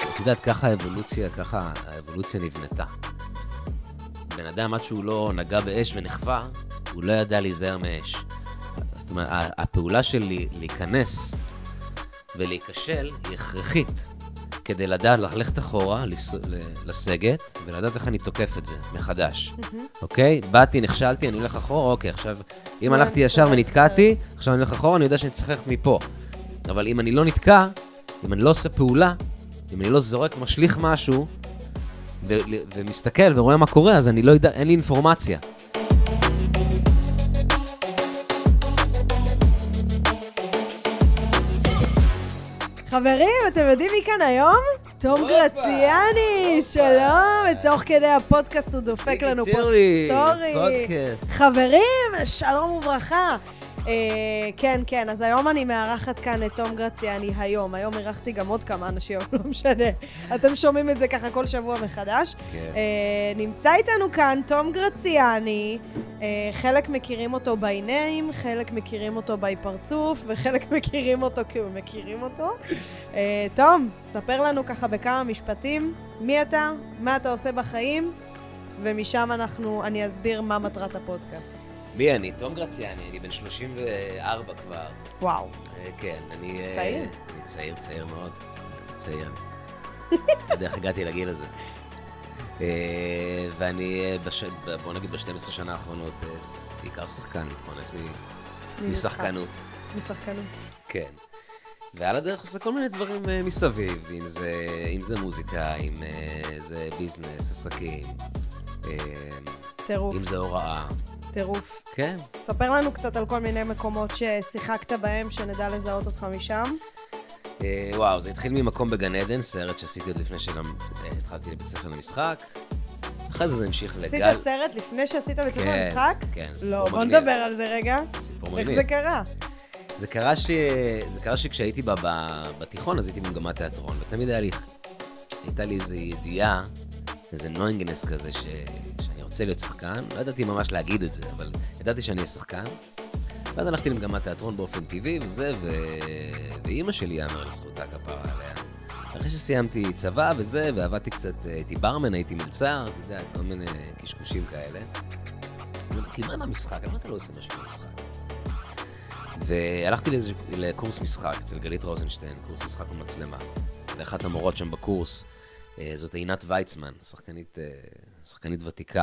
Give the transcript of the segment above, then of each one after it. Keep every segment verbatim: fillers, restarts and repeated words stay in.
את יודעת, ככה האבולוציה, ככה האבולוציה נבנתה. בן אדם, עד שהוא לא נגע באש ונחווה, הוא לא ידע להיזהר מאש. זאת אומרת, הפעולה של להיכנס ולהיכשל היא הכרחית, כדי לדעת ללכת אחורה, לסגת, ולדעת איך אני תוקף את זה מחדש. אוקיי? באתי, נכשלתי, אני הולך אחורה, אוקיי, עכשיו, אם הלכתי ישר ונתקעתי, עכשיו אני הולך אחורה, אני יודע שאני צריך ללכת מפה. אבל אם אני לא נתקע, אם אני לא עושה פעולה, אם אני לא זורק, משליך משהו, ומסתכל ורואה מה קורה, אז אני לא יודע, אין לי אינפורמציה. חברים, אתם יודעים מי כאן היום? תום גרציאני, שלום, ותוך כדי הפודקאסט הוא דופק לנו פה סטורי. חברים, שלום וברכה. כן, כן, אז היום אני מארחת כאן את תום גרציאני היום. היום אירחתי גם עוד כמה אנשים, לא משנה. אתם שומעים את זה ככה כל שבוע מחדש. נמצא איתנו כאן תום גרציאני. חלק מכירים אותו בעיניים, חלק מכירים אותו בפרצוף, וחלק מכירים אותו כי הוא מכירים אותו. תום, ספר לנו ככה בכמה משפטים, מי אתה, מה אתה עושה בחיים, ומשם אנחנו, אני אסביר מה מטרת הפודקאסט. מי אני? תום גרציאני, אני בן שלושים וארבע כבר. וואו. כן, אני... צעיר? אני צעיר, צעיר מאוד. זה צעיר. אתה יודע איך הגעתי לגיל הזה. ואני, בוא נגיד, ב-שתים עשרה שנה האחרונות, בעיקר שחקן, מתפרנס משחקנות. משחקנות. כן. ועל הדרך עושה כל מיני דברים מסביב, אם זה מוזיקה, אם זה ביזנס, עסקים, טירוף. אם זה הוראה. טירוף. כן. ספר לנו קצת על כל מיני מקומות ששיחקת בהם, שנדע לזהות אותך משם. וואו, זה התחיל ממקום בגן עדן, סרט שעשיתי עוד לפני שגם התחלתי לבית ספר למשחק. אחרי זה זה המשיך לגל. עשית סרט לפני שעשית בית ספר למשחק? כן, לא, בוא נדבר על זה רגע. סיפור מגניב. איך זה קרה? זה קרה ש... זה קרה שכשהייתי בתיכון, אז הייתי במגמת תיאטרון, ותמיד היה לי... הייתה לי איזו ידיעה, איזה נוינגנס כזה ש... שאני רוצה להיות שחקן. לא ידעתי ממש להגיד את זה, אבל ידעתי שאני אהיה שחקן. ואז הלכתי למגמת תיאטרון באופן טבעי וזה, ו... ואימא שלי יאמר לזכותה כפרה עליה. אחרי שסיימתי צבא וזה, ועבדתי קצת, הייתי ברמן, הייתי מלצר, אתה יודע, כל מיני קשקושים כאלה. אמרתי, מה המשחק? למה אתה לא עושה משהו במשחק? והלכתי לאיזה, לקורס משחק אצל גלית רוזנשטיין, קורס משחק במצלמה. ואחת המורות שם בקורס, זאת עינת ויצמן, שחקנית, שחקנית ותיקה.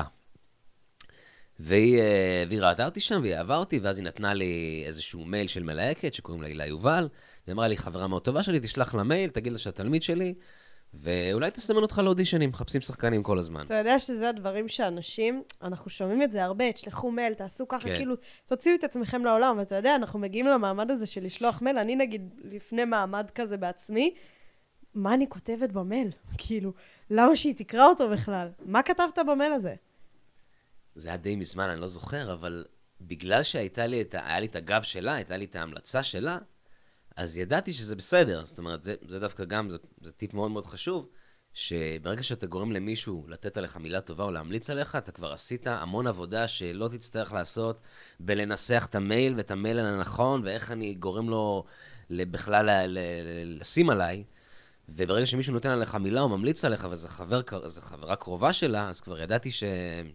והיא, והיא ראתה אותי שם, והיא אהבה אותי, ואז היא נתנה לי איזשהו מייל של מלהקת, שקוראים לה הילה יובל, ואמרה לי, חברה מאוד טובה שלי, תשלח לה מייל, תגיד לה שאתה תלמיד שלי, ואולי תסתמן אותך לאודישנים, מחפשים שחקנים כל הזמן. אתה יודע שזה הדברים שאנשים, אנחנו שומעים את זה הרבה, תשלחו מייל, תעשו ככה, כאילו, תוציאו את עצמכם לעולם, ואתה יודע, אנחנו מגיעים למעמד הזה של לשלוח מייל, אני נגיד לפני מעמד כזה בעצמי, מה אני כותבת במייל? כאילו, למה שהיא תקרא אותו בכלל? מה כתבת במייל הזה? זה היה די מזמן, אני לא זוכר, אבל בגלל שהייתה לי את, היה לי את הגב שלה, הייתה לי את ההמלצה שלה, אז ידעתי שזה בסדר. זאת אומרת, זה, זה דווקא גם, זה, זה טיפ מאוד מאוד חשוב, שברגע שאתה גורם למישהו לתת עליך מילה טובה או להמליץ עליך, אתה כבר עשית המון עבודה שלא תצטרך לעשות בלנסח את המייל ואת המייל הנכון, ואיך אני גורם לו בכלל ל, ל, ל, לשים עליי. וברגע שמישהו נותן עליך מילה או ממליץ עליך, וזה חבר, זה חברה קרובה שלה, אז כבר ידעתי ש...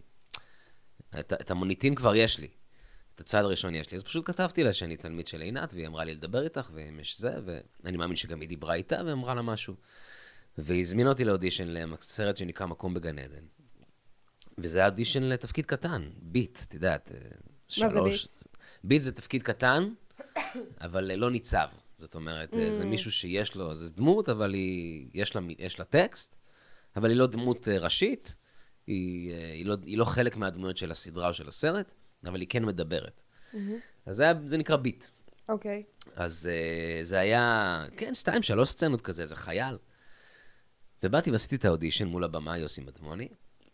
את, את המוניטין כבר יש לי. את הצעד הראשון יש לי. אז פשוט כתבתי לה שאני תלמיד של עינת, והיא אמרה לי לדבר איתך, ואם יש זה, ואני מאמין שגם היא דיברה איתה, ואמרה לה משהו. והיא הזמינה אותי לאודישן לסרט שנקרא מקום בגן עדן. וזה היה אודישן לתפקיד קטן, ביט, את יודעת. מה זה ביט? ביט זה תפקיד קטן, אבל לא ניצב. זאת אומרת, mm. זה מישהו שיש לו, זה דמות, אבל היא, יש לה, יש לה טקסט, אבל היא לא דמות ראשית, היא, היא, לא, היא לא חלק מהדמויות של הסדרה או של הסרט, אבל היא כן מדברת. Mm-hmm. אז זה, היה, זה נקרא ביט. אוקיי. Okay. אז uh, זה היה, כן, שתיים, שלוש סצנות כזה, זה חייל. ובאתי ועשיתי את האודישן מול הבמה יוסי מדמוני.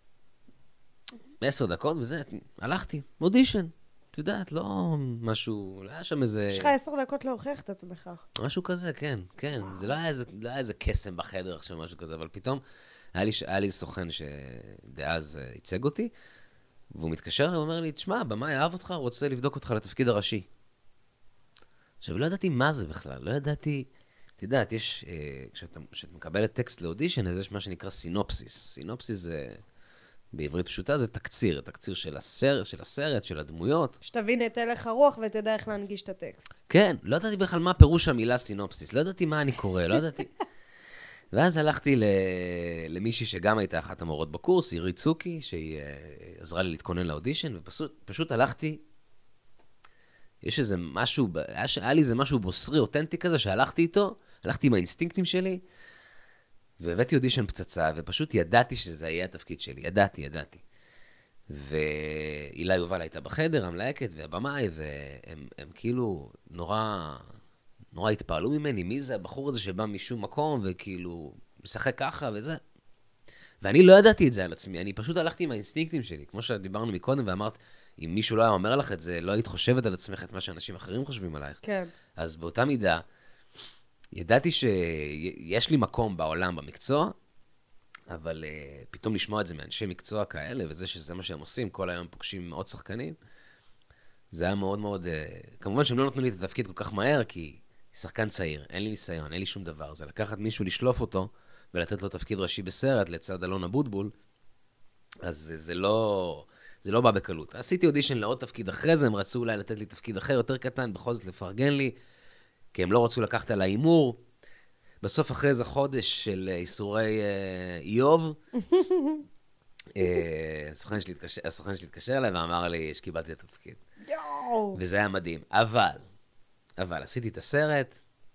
עשר דקות וזה, הלכתי, אודישן. את יודעת, לא משהו, לא היה שם איזה... יש לך עשר דקות להוכיח את עצמך. משהו כזה, כן, כן. זה לא היה איזה, לא היה איזה קסם בחדר עכשיו, משהו כזה, אבל פתאום היה לי, היה לי סוכן שדאז ייצג אותי, והוא מתקשר אליי, הוא אומר לי, תשמע, במאי אהב אותך, רוצה לבדוק אותך לתפקיד הראשי. עכשיו, לא ידעתי מה זה בכלל, לא ידעתי את יודעת, יש, כשאתה, כשאתה מקבלת טקסט לאודישן, אז יש מה שנקרא סינופסיס. סינופסיס זה, בעברית פשוטה, זה תקציר, תקציר של הסרט, של הסרט, של הדמויות. שתבין את הלך הרוח ותדע איך להנגיש את הטקסט. כן, לא ידעתי בכלל מה פירוש המילה סינופסיס, לא ידעתי מה אני קורא, לא ידעתי. ואז הלכתי ל... למישהי שגם הייתה אחת המורות בקורס, עירית צוקי, שהיא עזרה לי להתכונן לאודישן, ופשוט פשוט הלכתי, יש איזה משהו, היה, היה לי איזה משהו בוסרי, אותנטי כזה, שהלכתי איתו, הלכתי עם האינסטינקטים שלי, והבאתי אודישן פצצה, ופשוט ידעתי שזה יהיה התפקיד שלי, ידעתי, ידעתי. ואילה יובל הייתה בחדר, המלהקת והבמאי, והם הם כאילו נורא, נורא התפעלו ממני, מי זה הבחור הזה שבא משום מקום, וכאילו משחק ככה וזה. ואני לא ידעתי את זה על עצמי, אני פשוט הלכתי עם האינסטינקטים שלי, כמו שדיברנו מקודם, ואמרת, אם מישהו לא היה אומר לך את זה, לא היית חושבת על עצמך את מה שאנשים אחרים חושבים עלייך. כן. אז באותה מידה, ידעתי שיש לי מקום בעולם במקצוע, אבל uh, פתאום לשמוע את זה מאנשי מקצוע כאלה, וזה שזה מה שהם עושים, כל היום פוגשים מאות שחקנים, זה היה מאוד מאוד... Uh, כמובן שהם לא נתנו לי את התפקיד כל כך מהר, כי שחקן צעיר, אין לי ניסיון, אין לי שום דבר. זה לקחת מישהו, לשלוף אותו, ולתת לו תפקיד ראשי בסרט, לצד אלון אבוטבול, אז זה, זה לא... זה לא בא בקלות. עשיתי אודישן לעוד תפקיד אחרי זה, הם רצו אולי לתת לי תפקיד אחר, יותר קטן, בכל זאת לפרגן לי, כי הם לא רצו לקחת על האימור. בסוף אחרי איזה חודש של איסורי איוב, הסוכן שלי התקשר אליי ואמר לי שקיבלתי את התפקיד. וזה היה מדהים. אבל, אבל עשיתי את הסרט,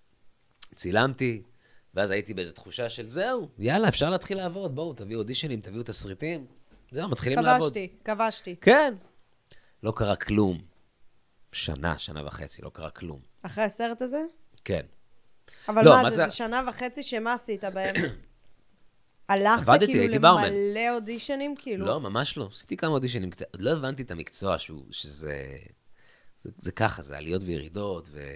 צילמתי, ואז הייתי באיזו תחושה של זהו, יאללה, אפשר להתחיל לעבוד, בואו, תביאו אודישנים, תביאו תסריטים. זהו, מתחילים לעבוד. כבשתי, כבשתי. כן. לא קרה כלום. שנה, שנה וחצי, לא קרה כלום. אחרי הסרט הזה? כן. אבל לא, מה, מה זה, זה... זה שנה וחצי שמה עשית בהם? הלכת עבדתי, כאילו הייתי למלא ברמן. אודישנים, כאילו? לא, ממש לא. עשיתי כמה אודישנים. עוד לא הבנתי את המקצוע, שהוא, שזה... זה, זה ככה, זה עליות וירידות, ו...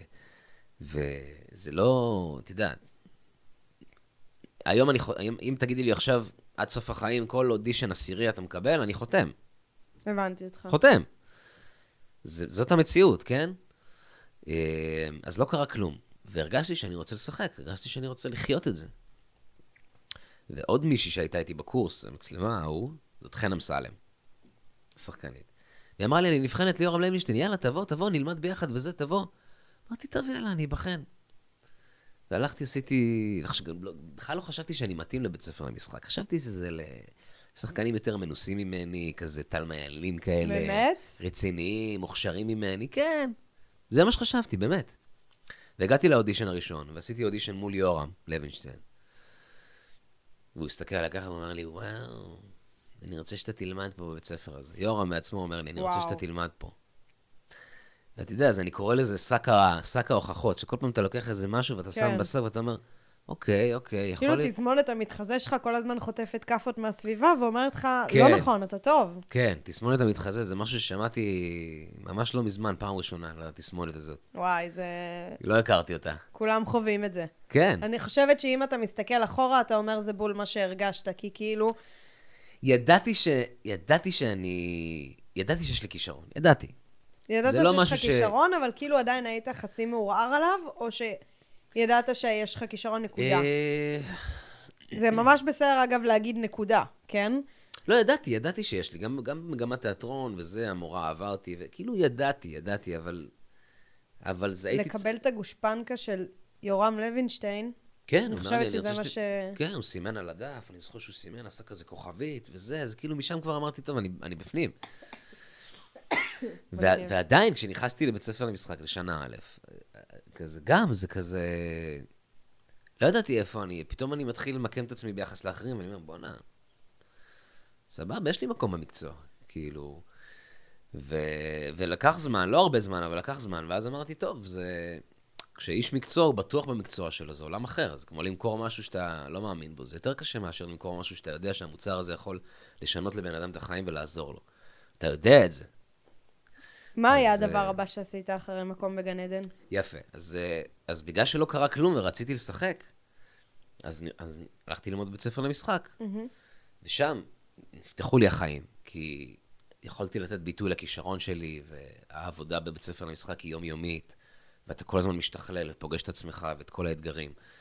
וזה לא... אתה יודע, היום אני... אם, אם תגידי לי עכשיו, עד סוף החיים, כל אודישן עשירי אתה מקבל, אני חותם. הבנתי אותך. חותם. זה, זאת המציאות, כן? אז לא קרה כלום. והרגשתי שאני רוצה לשחק, הרגשתי שאני רוצה לחיות את זה. ועוד מישהי שהייתה איתי בקורס, המצלמה ההוא, זאת חן אמסלם, שחקנית. היא אמרה לי, אני נבחנת ליורם לוינשטיין, יאללה, תבוא, תבוא, נלמד ביחד וזה, תבוא. אמרתי, טוב, יאללה, אני אבחן. והלכתי, עשיתי... בכלל לא חשבתי שאני מתאים לבית ספר למשחק. חשבתי שזה לשחקנים יותר מנוסים ממני, כזה טל מיילים כאלה. באמת? רציניים, מוכשרים ממני, כן. זה מה שחשבתי, באמת. והגעתי לאודישן הראשון, ועשיתי אודישן מול יורם לוינשטיין. והוא הסתכל עליי ככה, הוא אמר לי, וואו, אני רוצה שאתה תלמד פה בבית ספר הזה. יורם בעצמו אומר לי, אני רוצה שאתה תלמד פה. ואתה יודע, אז אני קורא לזה שק ההוכחות, שכל פעם אתה לוקח איזה משהו, ואתה שם בסוף, ואתה אומר, אוקיי, אוקיי, יכול להיות... כאילו תסמונת המתחזה שלך כל הזמן חוטפת כפות מהסביבה, ואומרת לך, לא נכון, אתה טוב. כן, תסמונת המתחזה, זה משהו ששמעתי ממש לא מזמן, פעם ראשונה, לתסמונת הזאת. וואי, זה... לא הכרתי אותה. כולם חווים את זה. כן. אני חושבת שאם אתה מסתכל אחורה, אתה אומר, זה בול מה שהרגשת, כי כאילו... ידעתי ש... ידעתי שאני... ידעתי שיש לי כישרון, ידעתי. ידעת שיש לך כישרון, אבל כאילו עדיין היית חצי מעורער עליו, או שידעת שיש לך כישרון נקודה? זה ממש בסדר, אגב, להגיד נקודה, כן? לא, ידעתי, ידעתי שיש לי. גם במגמת תיאטרון וזה, המורה עברתי, וכאילו ידעתי, ידעתי, אבל... אבל זה הייתי... לקבל את הגושפנקה של יורם לוינשטיין, כן, אני חושבת שזה מה ש... כן, הוא סימן על הדף, אני זוכר שהוא סימן, עשה כזה כוכבית וזה, אז כאילו משם כבר אמרתי, טוב, אני בפנים. ועדיין, כשנכנסתי לבית ספר למשחק, לשנה א', כזה גם, זה כזה... לא ידעתי איפה אני, פתאום אני מתחיל למקם את עצמי ביחס לאחרים, ואני אומר, בוא נע... סבבה, יש לי מקום במקצוע, כאילו... ולקח זמן, לא הרבה זמן, אבל לקח זמן, ואז אמרתי, טוב, זה... כשאיש מקצוע הוא בטוח במקצוע שלו, זה עולם אחר, זה כמו למכור משהו שאתה לא מאמין בו, זה יותר קשה מאשר למכור משהו שאתה יודע שהמוצר הזה יכול לשנות לבן אדם את החיים ולעזור לו. אתה יודע את זה. מה היה הדבר הבא שעשית אחרי מקום בגן עדן? יפה. אז, אז בגלל שלא קרה כלום ורציתי לשחק, אז, אז הלכתי ללמוד בבית ספר למשחק. Mm-hmm. ושם נפתחו לי החיים, כי יכולתי לתת ביטוי לכישרון שלי, והעבודה בבית ספר למשחק היא יומיומית, ואתה כל הזמן משתכלל ופוגש את עצמך ואת כל האתגרים.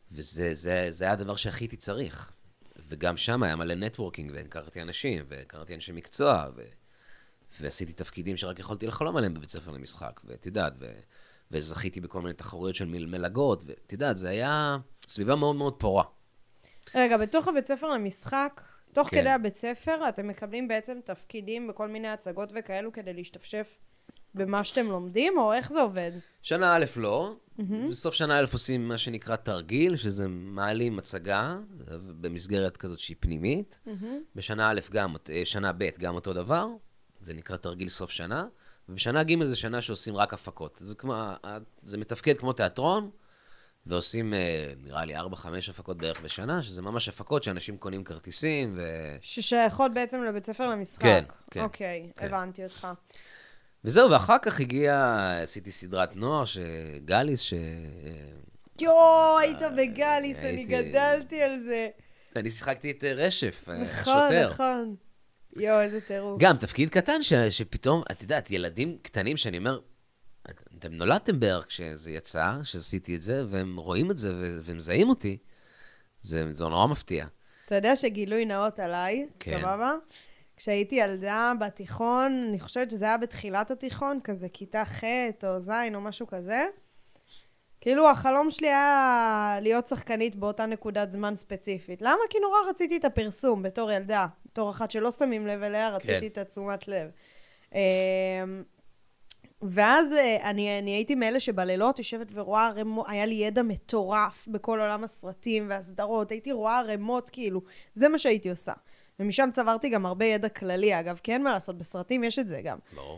וזה זה, זה היה הדבר שהכי הייתי צריך. וגם שם היה מלא נטוורקינג, והכרתי אנשים, והכרתי אנשי מקצוע, ו... ועשיתי תפקידים שרק יכולתי לחלום עליהם בבית ספר למשחק, ואת יודעת, ו... וזכיתי בכל מיני תחרויות של מלגות, ואת יודעת, זה היה סביבה מאוד מאוד פורה. רגע, בתוך הבית ספר למשחק, תוך כן. כדי הבית ספר, אתם מקבלים בעצם תפקידים בכל מיני הצגות וכאלו כדי להשתפשף במה שאתם לומדים, או איך זה עובד? שנה א' לא, mm-hmm. בסוף שנה א' עושים מה שנקרא תרגיל, שזה מעלים הצגה, במסגרת כזאת שהיא פנימית. Mm-hmm. בשנה א' גם, שנה ב' גם אותו דבר, זה נקרא תרגיל סוף שנה, ובשנה ג' זה שנה שעושים רק הפקות. זה, כמו, זה מתפקד כמו תיאטרון, ועושים, נראה לי, ארבע חמש הפקות בערך בשנה, שזה ממש הפקות שאנשים קונים כרטיסים ו... ששייכות בעצם לבית ספר למשחק. כן, כן. אוקיי, כן. הבנתי אותך. וזהו, ואחר כך הגיע, עשיתי סדרת נוער, שגליס, ש... יואו, היית בגליס, אני גדלתי על זה. אני שיחקתי את רשף, השוטר. נכון, נכון. יואו, איזה טירוף. גם תפקיד קטן שפתאום, את יודעת, ילדים קטנים שאני אומר, אתם נולדתם בערך כשזה יצא, שעשיתי את זה, והם רואים את זה והם מזהים אותי, זה נורא מפתיע. אתה יודע שגילוי נאות עליי, סבבה? כשהייתי ילדה בתיכון, אני חושבת שזה היה בתחילת התיכון, כזה כיתה ח' או ז' או משהו כזה. כאילו החלום שלי היה להיות שחקנית באותה נקודת זמן ספציפית. למה? כי נורא רציתי את הפרסום בתור ילדה. בתור אחת שלא שמים לב אליה, רציתי את התשומת לב. ואז אני, אני הייתי מאלה שבלילות יושבת ורואה רמות, היה לי ידע מטורף בכל עולם הסרטים והסדרות, הייתי רואה רמות כאילו, זה מה שהייתי עושה. ומשם צברתי גם הרבה ידע כללי, אגב, כי אין מה לעשות, בסרטים יש את זה גם. ברור.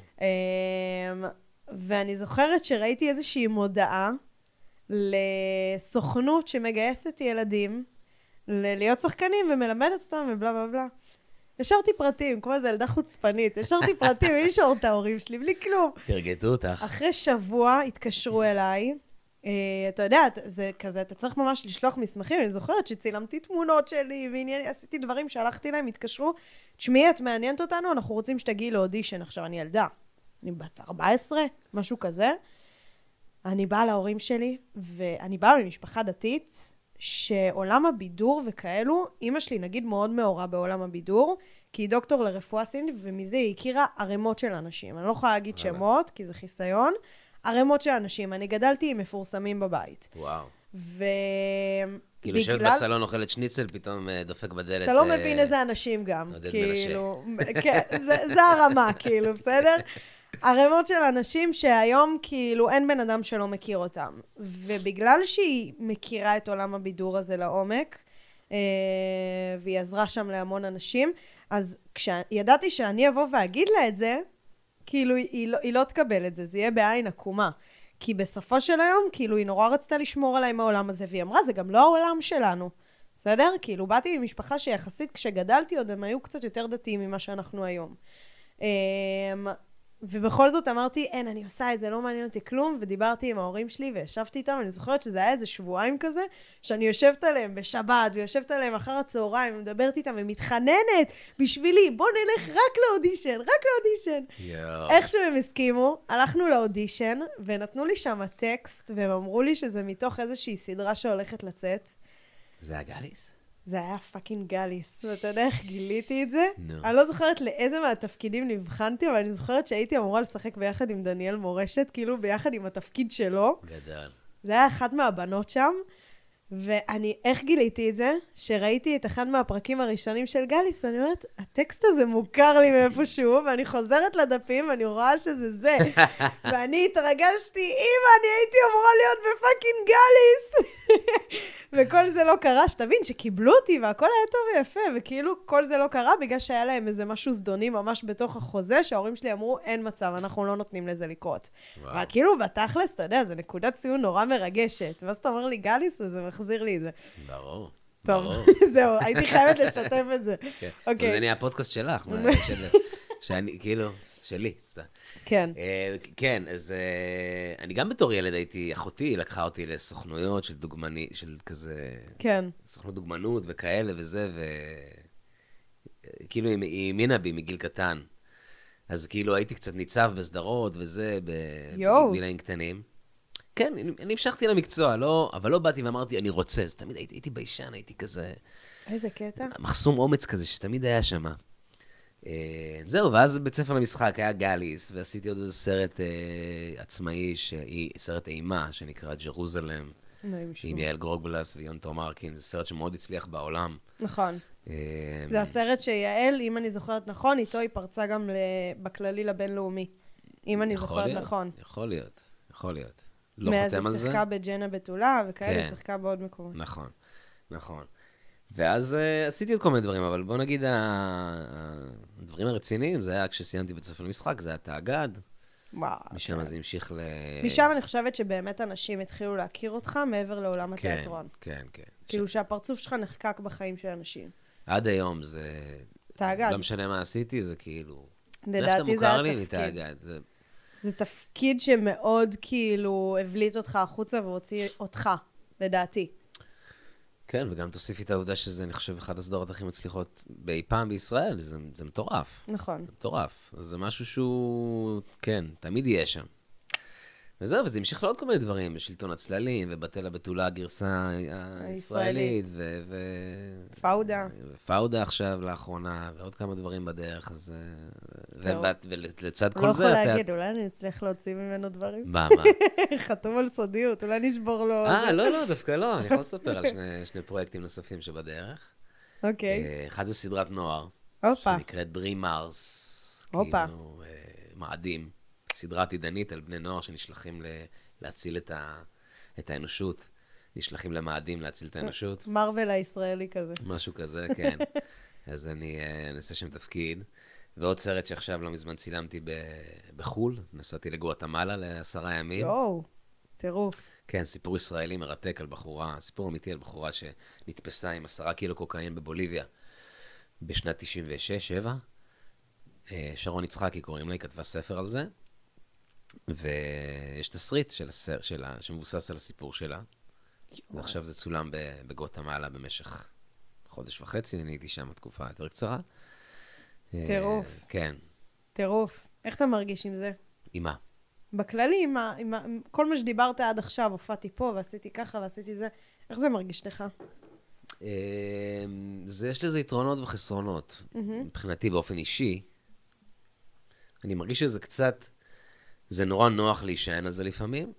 ואני זוכרת שראיתי איזושהי מודעה לסוכנות שמגייסת ילדים להיות שחקנים ומלמדת אותם ובלה בלה בלה. השארתי פרטים, כמו איזה ילדה חוצפנית, השארתי פרטים, בלי לשאול את ההורים שלי, בלי כלום. תרגטו אותך. אחרי שבוע התקשרו אליי, אתה יודע, זה כזה, אתה צריך ממש לשלוח מסמכים, אני זוכרת שצילמתי תמונות שלי, ועשיתי דברים שהלכתי להם, התקשרו, תשמעי, את מעניינת אותנו, אנחנו רוצים שתגיעי לאודישן, עכשיו אני ילדה, אני בת ארבע עשרה, משהו כזה, אני באה להורים שלי, ואני באה ממשפחה דתית, שעולם הבידור וכאלו, אמא שלי נגיד מאוד מאורה בעולם הבידור, כי היא דוקטור לרפואה סינית, ומזה היא הכירה ערימות של אנשים. אני לא יכולה להגיד שמות, כי זה חיסיון. ערימות של אנשים. אני גדלתי עם מפורסמים בבית. וואו. ו... כאילו יושבת בסלון אוכלת שניצל, פתאום דופק בדלת. אתה לא מבין איזה אנשים גם. כאילו, כן, זה הרמה, כאילו, בסדר? ערימות של אנשים שהיום כאילו אין בן אדם שלא מכיר אותם. ובגלל שהיא מכירה את עולם הבידור הזה לעומק, והיא עזרה שם להמון אנשים, אז כשידעתי שאני אבוא ואגיד לה את זה, כאילו היא לא, היא לא תקבל את זה, זה יהיה בעין עקומה. כי בסופו של היום, כאילו היא נורא רצתה לשמור עליי מהעולם הזה, והיא אמרה, זה גם לא העולם שלנו. בסדר? כאילו באתי ממשפחה שיחסית כשגדלתי עוד הם היו קצת יותר דתיים ממה שאנחנו היום. ובכל זאת אמרתי, אין, אני עושה את זה, לא מעניין אותי כלום, ודיברתי עם ההורים שלי וישבתי איתם, אני זוכרת שזה היה איזה שבועיים כזה, שאני יושבת עליהם בשבת, ויושבת עליהם אחר הצהריים, ומדברת איתם ומתחננת בשבילי, בוא נלך רק לאודישן, רק לאודישן. Yeah. איכשהו הם הסכימו, הלכנו לאודישן, ונתנו לי שם טקסט, והם אמרו לי שזה מתוך איזושהי סדרה שהולכת לצאת. זה היה גליס? זה היה פאקינג גליס. ואתה יודע איך גיליתי את זה? No. אני לא זוכרת לאיזה מהתפקידים נבחנתי, אבל אני זוכרת שהייתי אמורה לשחק ביחד עם דניאל מורשת, כאילו ביחד עם התפקיד שלו. גדל. זה היה אחת מהבנות שם, ואני, איך גיליתי את זה? שראיתי את אחד מהפרקים הראשונים של גליס, אני אומרת, הטקסט הזה מוכר לי מאיפשהו, ואני חוזרת לדפים, ואני רואה שזה זה. ואני התרגשתי, אמא, אני הייתי אמורה להיות בפאקינג גליס. וכל זה לא קרה, שתבין שקיבלו אותי, והכל היה טוב ויפה, וכאילו כל זה לא קרה, בגלל שהיה להם איזה משהו זדוני ממש בתוך החוזה, שההורים שלי אמרו, אין מצב, אנחנו לא נותנים לזה לקרות. וואו. אבל כאילו, בתכלס, אתה יודע, זה נקודת ציון נורא מרגשת. ואז אתה אומר לי גליס, וזה מחזיר לי את זה. ברור. טוב, זהו, הייתי חייבת לשתף את זה. אוקיי. זה נהיה הפודקאסט שלך, שאני, כאילו, שלי. כן. כן, אז אני גם בתור ילד הייתי, אחותי לקחה אותי לסוכנויות של דוגמני, של כזה... כן. סוכנות דוגמנות וכאלה וזה, וכאילו היא האמינה בי מגיל קטן. אז כאילו הייתי קצת ניצב בסדרות וזה, בגילאים קטנים. כן, אני המשכתי למקצוע, לא, אבל לא באתי ואמרתי, אני רוצה, אז תמיד הייתי, הייתי ביישן, הייתי כזה... איזה קטע? מחסום אומץ כזה, שתמיד היה שם. זהו, ואז בית ספר למשחק היה גליס, ועשיתי עוד איזה סרט אה, עצמאי, שהיא, סרט אימה, שנקרא ג'רוזלם, עם יעל גרוגבלס ויון תום ארקין, זה סרט שמאוד הצליח בעולם. נכון. זה הסרט שיעל, אם אני זוכרת נכון, איתו היא פרצה גם בכללי לבינלאומי. אם אני זוכרת נכון. יכול להיות, יכול להיות. לא מאז חותם על זה. היא שיחקה בג'נה בתולה, וכאלה היא שיחקה בעוד מקומות. נכון, נכון. ואז uh, עשיתי עוד כל מיני דברים, אבל בוא נגיד, הדברים הרציניים, זה היה כשסיימתי בית ספר למשחק, זה היה תאגד. וואו. משם זה המשיך ל... משם אני חושבת שבאמת אנשים התחילו להכיר אותך מעבר לעולם התיאטרון. כן, כן. כאילו שהפרצוף שלך נחקק בחיים של אנשים. עד היום זה... תאגד. לא משנה מה עשיתי, זה כאילו... לדעתי זה התפקיד. זה... זה תפקיד שמאוד כאילו הבליט אותך החוצה והוציא אותך, לדעתי. כן, וגם תוסיפי את העובדה שזה, אני חושב, אחת הסדרות הכי מצליחות באי פעם בישראל, זה, זה מטורף. נכון. זה מטורף. אז זה משהו שהוא, כן, תמיד יהיה שם. וזהו, וזה המשיך לעוד כל מיני דברים, בשלטון הצללים, ובטל הבתולה הגרסה הישראלית, ו... ו... פאודה. ופאודה עכשיו לאחרונה, ועוד כמה דברים בדרך, אז... ולצד כל זה... לא יכול להגיד, אולי אני אצליח להוציא ממנו דברים? מה, מה? חתום על סודיות, אולי נשבור לו... אה, לא, לא, דווקא לא, אני יכול לספר על שני פרויקטים נוספים שבדרך. אוקיי. אחד זה סדרת נוער, שנקראת Dream Mars, כאילו מאדים. סדרה עתידנית על בני נוער שנשלחים להציל את, ה... את האנושות, נשלחים למאדים להציל את האנושות. מרוול הישראלי כזה. משהו כזה, כן. אז אני אעשה שם תפקיד. ועוד סרט שעכשיו לא מזמן צילמתי ב... בחול, נסעתי לגואטמלה לעשרה ימים. יואו, טירוף. כן, סיפור ישראלי מרתק על בחורה, סיפור אמיתי על בחורה שנתפסה עם עשרה קילו קוקאין בבוליביה בשנת תשעים ושש שבע. שרון יצחקי קוראים לה, היא כתבה ספר על זה. ויש תסריט של הסר, שלה, שמבוסס על הסיפור שלה. ועכשיו זה צולם בגואטמלה במשך חודש וחצי, אני הייתי שם תקופה יותר קצרה. טירוף. כן. טירוף. איך אתה מרגיש עם זה? עם מה? בכללי, עם, עם, עם כל מה שדיברת עד עכשיו, הופעתי פה ועשיתי ככה ועשיתי זה, איך זה מרגיש לך? זה, יש לזה יתרונות וחסרונות. מבחינתי באופן אישי, אני מרגיש שזה קצת... זה נורא נוח להישען על זה לפעמים.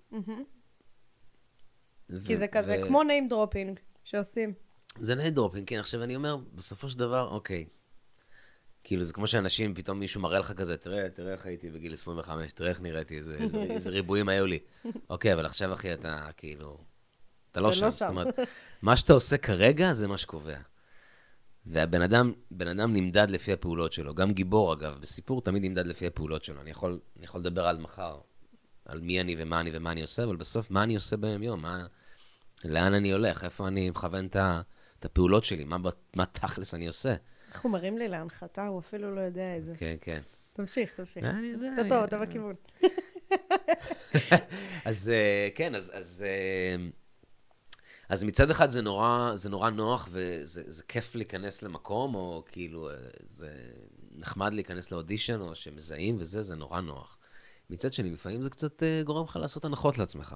כי זה כזה כמו name dropping שעושים. זה name dropping, כן. עכשיו אני אומר, בסופו של דבר, אוקיי. כאילו זה כמו שאנשים, פתאום מישהו מראה לך כזה, תראה, תראה איך הייתי בגיל עשרים וחמש, תראה איך נראיתי, איזה ריבועים היו לי. אוקיי, אבל עכשיו אחי, אתה כאילו, אתה לא שם. זאת אומרת, מה שאתה עושה כרגע, זה מה שקובע. והבן אדם, בן אדם נמדד לפי הפעולות שלו. גם גיבור, אגב, בסיפור תמיד נמדד לפי הפעולות שלו. אני יכול, אני יכול לדבר על מחר, על מי אני ומה אני ומה אני עושה, אבל בסוף, מה אני עושה ביום יום? מה, לאן אני הולך? איפה אני מכוון את הפעולות שלי? מה, מה תכלס אני עושה? איך הוא מרים לי להנחתה? הוא אפילו לא יודע את זה. כן, כן. תמשיך, תמשיך. אני יודע. אתה טוב, אתה בכיוון. אז כן, אז... אז אז מצד אחד זה נורא, זה נורא נוח, וזה זה כיף להיכנס למקום, או כאילו, זה נחמד להיכנס לאודישן, או שמזהים וזה, זה נורא נוח. מצד שני, לפעמים זה קצת גורם לך לעשות הנחות לעצמך.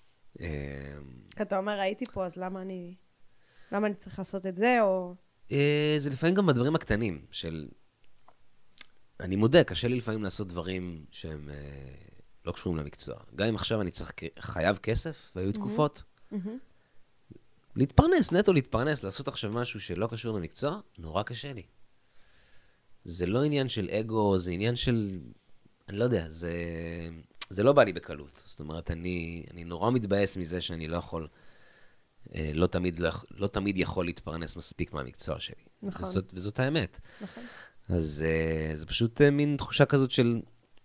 אתה אומר, הייתי פה, אז למה אני, למה אני צריך לעשות את זה, או... זה לפעמים גם בדברים הקטנים, של... אני מודה, קשה לי לפעמים לעשות דברים שהם לא קשורים למקצוע. גם אם עכשיו אני צריך, חייב כסף, והיו תקופות, להתפרנס, נטו להתפרנס, לעשות עכשיו משהו שלא קשור למקצוע, נורא קשה לי. זה לא עניין של אגו, זה עניין של... אני לא יודע, זה, זה לא בא לי בקלות. זאת אומרת, אני, אני נורא מתבאס מזה שאני לא יכול, לא תמיד, לא, לא תמיד יכול להתפרנס מספיק מהמקצוע שלי. נכון. וזאת, וזאת האמת. נכון. אז זה פשוט מין תחושה כזאת של...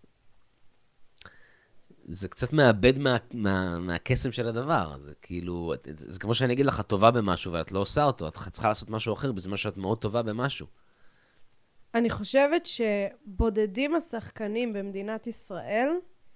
זה קצת מאבד מה, מה, מהקסם של הדבר. זה כאילו, זה, זה כמו שאני אגיד לך, טובה במשהו, ואת לא עושה אותו. את צריכה לעשות משהו אחר, בזמן שאת מאוד טובה במשהו. אני חושבת שבודדים השחקנים במדינת ישראל,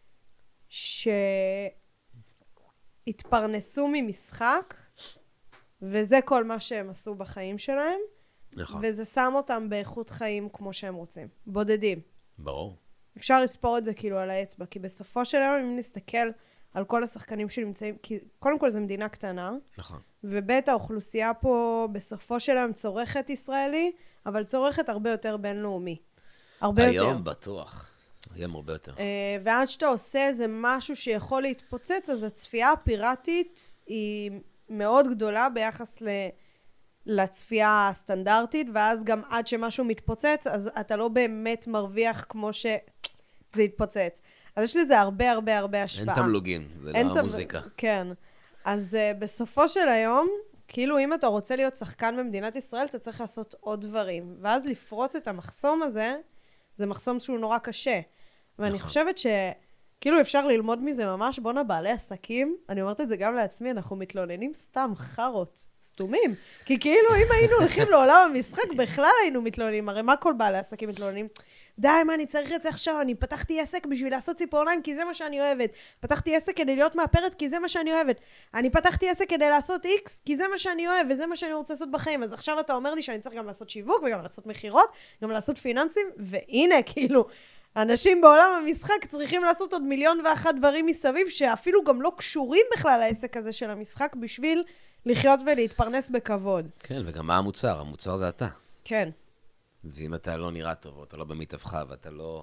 שהתפרנסו ממשחק, וזה כל מה שהם עשו בחיים שלהם, נכון. וזה שם אותם באיכות חיים כמו שהם רוצים. בודדים. ברור. אפשר לספור את זה כאילו על האצבע, כי בסופו של יום, אם נסתכל על כל השחקנים שנמצאים, כי קודם כל זו מדינה קטנה, נכון. ובית האוכלוסייה פה בסופו של היום צורכת ישראלי, אבל צורכת הרבה יותר בינלאומי. הרבה היום יותר. היום בטוח. היום הרבה יותר. ועד שאתה עושה איזה משהו שיכול להתפוצץ, אז הצפייה הפיראטית היא מאוד גדולה ביחס ל... לצפייה הסטנדרטית, ואז גם עד שמשהו מתפוצץ, אז אתה לא באמת מרוויח כמו שזה יתפוצץ. אז יש לזה הרבה הרבה הרבה השפעה. אין תמלוגים, זה לא תמ... המוזיקה. כן. אז uh, בסופו של היום, כאילו אם אתה רוצה להיות שחקן במדינת ישראל, אתה צריך לעשות עוד דברים. ואז לפרוץ את המחסום הזה, זה מחסום שהוא נורא קשה. ואני נכון. חושבת שכאילו אפשר ללמוד מזה ממש, בונה בעלי עסקים, אני אומרת את זה גם לעצמי, אנחנו מתלוננים סתם חרות, סתומים. כי כאילו אם היינו הולכים לעולם המשחק, בכלל היינו מתלוננים. הרי מה כל בעלי עסקים מתלוננים? די, מה, אני צריך את זה עכשיו, אני פתחתי עסק בשביל לעשות ציפורניים, כי זה מה שאני אוהבת. פתחתי עסק כדי להיות מאפרת, כי זה מה שאני אוהבת. אני פתחתי עסק כדי לעשות איקס, כי זה מה שאני אוהב, וזה מה שאני רוצה לעשות בחיים. אז עכשיו אתה אומר לי שאני צריך גם לעשות שיווק, וגם לעשות מחירות, גם לעשות פיננסים, והנה, כאילו, אנשים בעולם המשחק צריכים לעשות עוד מיליון ואחת דברים מסביב, שאפילו גם לא קשורים בכלל לעסק הזה של המשחק, בשביל לחיות ולהתפרנס בכבוד. כן, וגם מה המוצר? המוצר זה אתה. כן. ואם אתה לא נראה טוב, או אתה לא במתאבך, ואתה לא...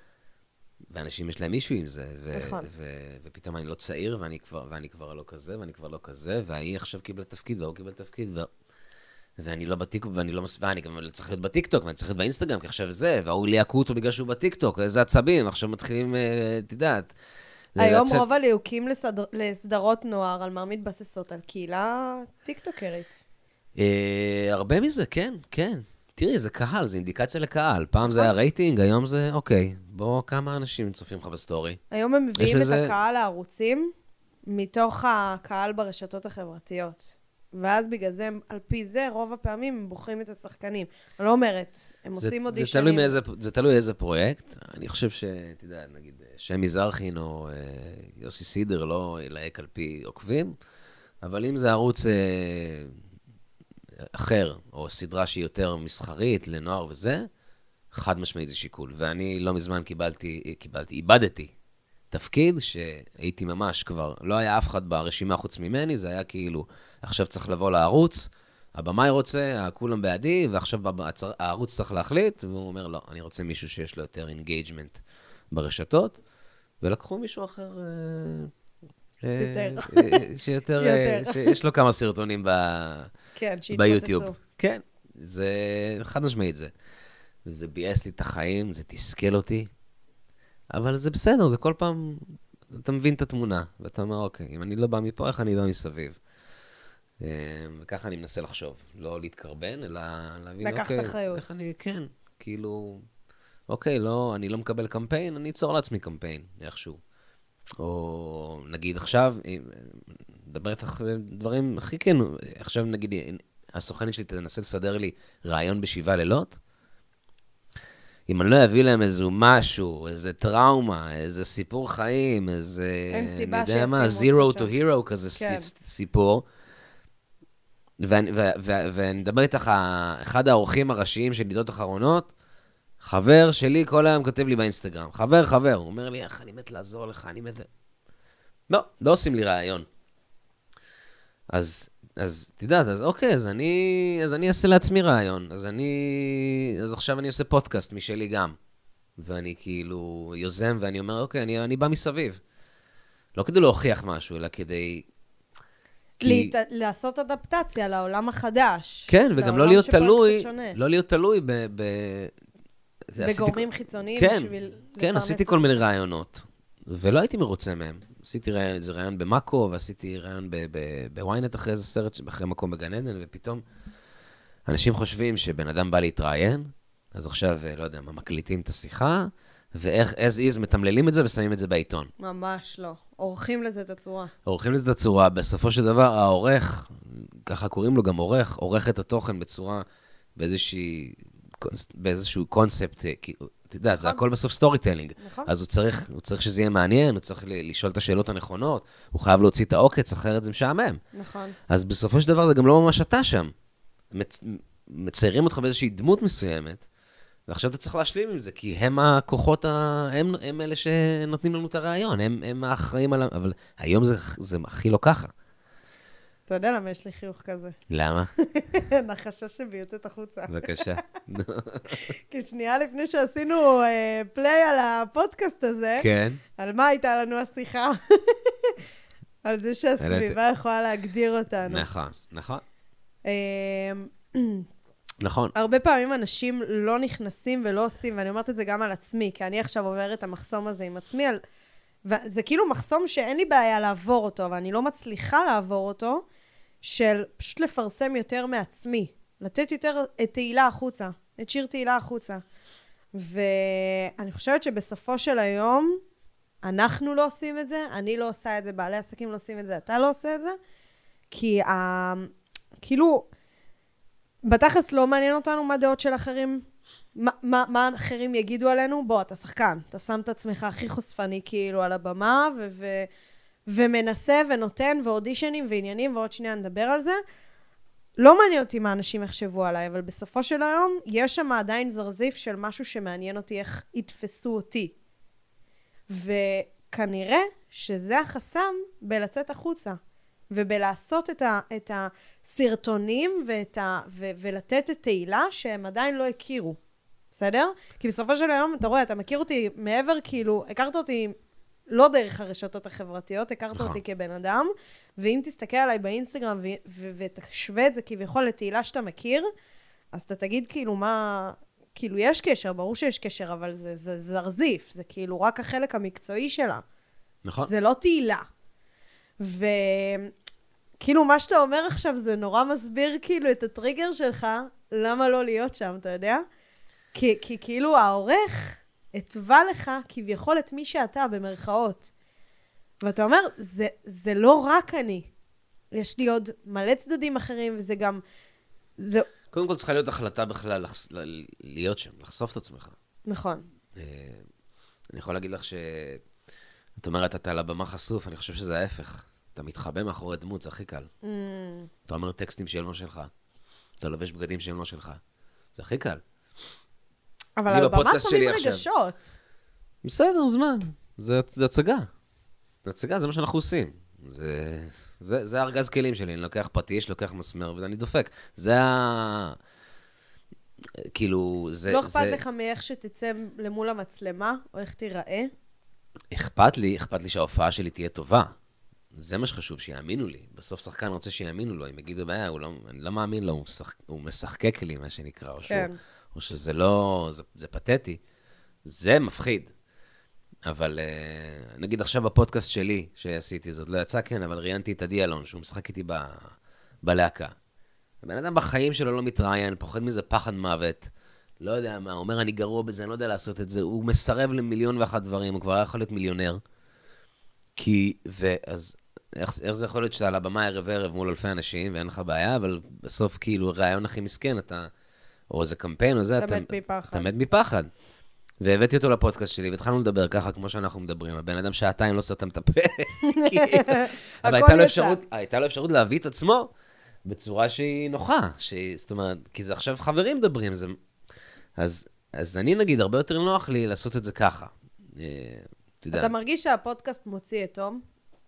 ואנשים יש להם מישהו עם זה, ו- נכון. ו- ופתאום אני לא צעיר, ואני כבר, ואני כבר לא כזה, ואני כבר לא כזה, והיא עכשיו קיבל תפקיד, והוא קיבל תפקיד, ו... ואני לא בטיקטוק, ואני לא מסווה, אני גם צריך להיות בטיקטוק, ואני צריך להיות באינסטגרם, כי עכשיו זה, והוא ליהקו אותו בגלל שהוא בטיקטוק, איזה עצבים, עכשיו מתחילים, תדעת. היום לצאת... רוב הליהוקים לסדר... לסדרות נוער, על מה מתבססות? על קהילה טיקטוקרית. אה, הרבה מזה, כן, כן. תראי, זה קהל, זה אינדיקציה לקהל. פעם זה היה רייטינג, היום זה, אוקיי, בוא, כמה אנשים צופים לך בסטורי. היום הם מביאים את הקהל הערוצים מתוך הקהל ברשתות החברתיות. ואז בגלל זה, על פי זה, רוב הפעמים הם בוחרים את השחקנים. אני לא אומרת, הם עושים אודישנים. זה תלוי איזה פרויקט. אני חושב שתדע, נגיד, שמי זרחין או יוסי סידר לא ילהק על פי עוקבים, אבל אם זה ערוץ אחר, או סדרה שהיא יותר מסחרית לנוער וזה, חד משמעית זה שיקול. ואני לא מזמן קיבלתי, קיבלתי, איבדתי תפקיד שהייתי ממש כבר, לא היה אף אחד ברשימה חוץ ממני, זה היה כאילו, עכשיו צריך לבוא לערוץ, הבמאי רוצה, כולם בעדי, ועכשיו הערוץ צריך להחליט, והוא אומר, לא, אני רוצה מישהו שיש לו יותר אינגייג'מנט ברשתות, ולקחו מישהו אחר, יותר. שיותר, שיש לו כמה סרטונים ביוטיוב. כן, זה חד משמעית זה. וזה ביאס לי את החיים, זה תסכל אותי, אבל זה בסדר, זה כל פעם, אתה מבין את התמונה, ואתה אומר, אוקיי, אם אני לא בא מפה, איך אני בא מסביב? וככה אני מנסה לחשוב, לא להתקרבן, אלא להבין, לקחת אוקיי, אחריות. איך אני, כן, כאילו, אוקיי, לא, אני לא מקבל קמפיין, אני אצור לעצמי קמפיין, איכשהו. או נגיד עכשיו, נדבר איתך דברים הכי כן, עכשיו נגיד, הסוכנת שלי תנסה לסדר לי רעיון בשבעה לילות, אם אני לא אביא להם איזו משהו, איזה טראומה, איזה סיפור חיים, איזה... אין סיבה שישימו מה, zero to hero כזה כן. סיפור. ואני, ו, ו, ואני מדבר איתך, אחד האורחים הראשיים של ידיעות אחרונות, חבר שלי כל היום כותב לי באינסטגרם, חבר, חבר, הוא אומר לי, איך אני מת לעזור לך, אני מת... לא, לא עושים לי רעיון. אז... אז תדעת, אז אוקיי, אז אני, אז אני אעשה לעצמי רעיון, אז אני, אז עכשיו אני עושה פודקאסט משלי גם, ואני כאילו יוזם, ואני אומר, אוקיי, אני, אני בא מסביב. לא כדי להוכיח משהו, אלא כדי... כי... לעשות אדפטציה לעולם החדש. כן, וגם לא להיות תלוי, לא להיות תלוי ב... ב... בגורמים חיצוניים כן, בשביל... כן, עשיתי כל מיני רעיונות, ולא הייתי מרוצה מהם. עשיתי רעיון, איזה רעיון במאקו, ועשיתי רעיון בוויינט אחרי איזה סרט, אחרי מקום בגן עדן, ופתאום אנשים חושבים שבן אדם בא להתראיין, אז עכשיו, לא יודע, מה, מקליטים את השיחה, ואיך, as is, מתמללים את זה ושמים את זה בעיתון. ממש לא. עורכים לזה את הצורה. עורכים לזה את הצורה. בסופו של דבר, העורך, ככה קוראים לו גם עורך, עורך את התוכן בצורה, באיזושהי, באיזשהו קונספט, אתה יודע, זה הכל בסוף סטורי טיילינג. אז הוא צריך, הוא צריך שזה יהיה מעניין, הוא צריך לשאול את השאלות הנכונות, הוא חייב להוציא את העוקץ, אחרת זה משעמם. נכון. אז בסופו של דבר זה גם לא ממש אתה שם. מציירים אותך באיזושהי דמות מסוימת, ועכשיו אתה צריך להשלים עם זה, כי הם הכוחות, ה... הם, הם אלה שנותנים לנו את הרעיון, הם, הם האחראים על... אבל היום זה, זה הכי לא ככה. אתה יודע למה יש לי חיוך כזה? למה? נחשה שבי יוצאת החוצה. בבקשה. כי שנייה לפני שעשינו אה, פליי על הפודקאסט הזה, כן. על מה הייתה לנו השיחה? על זה שהסביבה יכולה להגדיר אותנו. נכון, נכון. אה, נכון. הרבה פעמים אנשים לא נכנסים ולא עושים, ואני אומרת את זה גם על עצמי, כי אני עכשיו עוברת את המחסום הזה עם עצמי, על... וזה כאילו מחסום שאין לי בעיה לעבור אותו, ואני לא מצליחה לעבור אותו, של פשוט לפרסם יותר מעצמי, לתת יותר את תהילה החוצה, את שיר תהילה החוצה. ואני חושבת שבסופו של היום, אנחנו לא עושים את זה, אני לא עושה את זה, בעלי עסקים לא עושים את זה, אתה לא עושה את זה, כי ה... כאילו, בתכלס לא מעניין אותנו מה דעות של אחרים, מה, מה, מה אחרים יגידו עלינו, בוא, אתה שחקן, אתה שם את עצמך הכי חושפני כאילו על הבמה, ו... ו... ומנסה ונותן ואודישנים ועניינים, ועוד שנייה נדבר על זה. לא מעניין אותי מה אנשים יחשבו עליי, אבל בסופו של היום, יש שם עדיין זרזיף של משהו שמעניין אותי איך יתפסו אותי. וכנראה שזה החסם בלצאת החוצה, ובלעשות את, ה, את הסרטונים ואת ה, ו, ולתת את תהילה שהם עדיין לא הכירו. בסדר? כי בסופו של היום, אתה רואה, אתה מכיר אותי מעבר, כאילו, הכרת אותי לא דרך הרשתות החברתיות, הכרת נכון. אותי כבן אדם, ואם תסתכל עליי באינסטגרם ו- ו- ותשווה את זה כביכול לתהילה שאתה מכיר, אז אתה תגיד כאילו מה, כאילו יש קשר, ברור שיש קשר, אבל זה, זה זרזיף, זה כאילו רק החלק המקצועי שלה. נכון. זה לא תהילה. וכאילו מה שאתה אומר עכשיו זה נורא מסביר כאילו את הטריגר שלך, למה לא להיות שם, אתה יודע? כי, כי כאילו העורך התווה לך כביכול את מי שאתה במרכאות. ואתה אומר, זה, זה לא רק אני. יש לי עוד מלא צדדים אחרים, וזה גם... זה... קודם כל צריכה להיות החלטה בכלל לחס... להיות שם, לחשוף את עצמך. נכון. אני יכול להגיד לך ש... את אומרת, אתה על הבמה חשוף, אני חושב שזה ההפך. אתה מתחבא מאחורי דמות, זה הכי קל. Mm. אתה אומר טקסטים שהם לא שלך. אתה לובש בגדים שהם לא שלך. זה הכי קל. אבל על הבמה שמים רגשות. בסדר, אז מה? זה, זה הצגה. זה הצגה, זה מה שאנחנו עושים. זה, זה, זה הארגז כלים שלי. אני לוקח פטיש, לוקח מסמר, ואני דופק. זה ה... כאילו, זה... לא אכפת זה... לך מאיך שתצא למול המצלמה, או איך תיראה? אכפת לי, אכפת לי שההופעה שלי תהיה טובה. זה מה שחשוב, שיאמינו לי. בסוף שחקן רוצה שיאמינו לו. אם יגידו, בעיה, לא, אני לא מאמין לו, הוא, משחק, הוא משחקק לי, מה שנקרא. או, כן. שהוא, או שזה לא... זה, זה פתטי. זה מפחיד. אבל נגיד עכשיו בפודקאסט שלי, שעשיתי זאת, לא יצא כן, אבל ראיינתי את עדי אלון, שהוא משחק איתי ב, בלהקה. הבן אדם בחיים שלו לא מתראיין, פוחד מזה פחד מוות. לא יודע מה, הוא אומר, אני גרוע בזה, אני לא יודע לעשות את זה. הוא מסרב למיליון ואחת דברים, הוא כבר היה יכול להיות מיליונר. כי, ואז, איך, איך זה יכול להיות שאתה על הבמה ערב ערב מול אלפי אנשים, ואין לך בעיה, אבל בסוף כאילו, רעיון הכי מסכן, אתה, או איזה קמפיין, או זה, אתה מת מפחד. אתה מת מפחד. והבאתי אותו לפודקאסט שלי, והתחלנו לדבר ככה, כמו שאנחנו מדברים. הבן אדם שעתיים לא סתם את הפה. אבל הייתה לו אפשרות, הייתה לו אפשרות להביא את עצמו בצורה שהיא נוחה. זאת אומרת, כי זה עכשיו חברים מדברים. אז, אז אני נגיד, הרבה יותר נוח לי לעשות את זה ככה. אתה מרגיש שהפודקאסט מוציא את תום?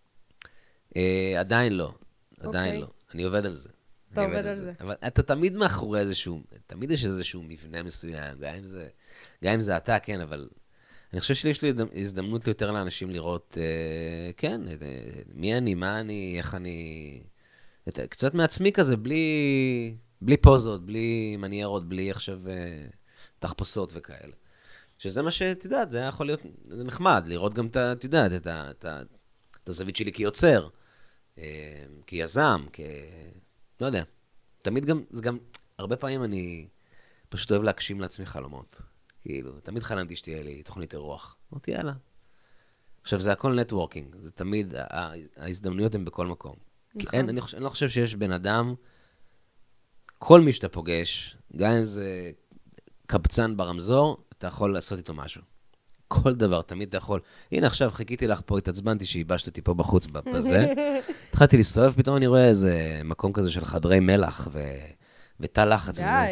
עדיין לא. עדיין לא. אני עובד על זה. אתה עובד על זה. אבל אתה תמיד מאחורי איזשהו, תמיד יש איזשהו מבנה מסוים, גם אם זה, גם אם זה אתה, כן, אבל אני חושב שיש לי הזדמנות יותר לאנשים לראות, כן, מי אני, מה אני, איך אני, קצת מעצמי כזה, בלי, בלי פוזות, בלי מניירות, בלי עכשיו תחפושות וכאלה. שזה מה שתדעת, זה היה יכול להיות נחמד, לראות גם, תדעת, את, את, את הזווית שלי כיוצר, כיזם, כ... לא יודע. תמיד גם, זה גם, הרבה פעמים אני פשוט אוהב להגשים לעצמי חלומות. כאילו, תמיד חלמתי שתהיה לי תוכנית אירוח. אמרתי, יאללה. עכשיו, זה הכל נטוורקינג. זה תמיד, ההזדמנויות הן בכל מקום. כי אין, אני, אני לא חושב שיש בן אדם, כל מי שאתה פוגש, גם אם זה קבצן ברמזור, אתה יכול לעשות איתו משהו. כל דבר, תמיד אתה יכול. הנה עכשיו, חיכיתי לך פה, התעצבנתי שהיבשת אותי פה בחוץ בזה. התחלתי להסתובב, פתאום אני רואה איזה מקום כזה של חדרי מלח ו... ותא לחץ וזה.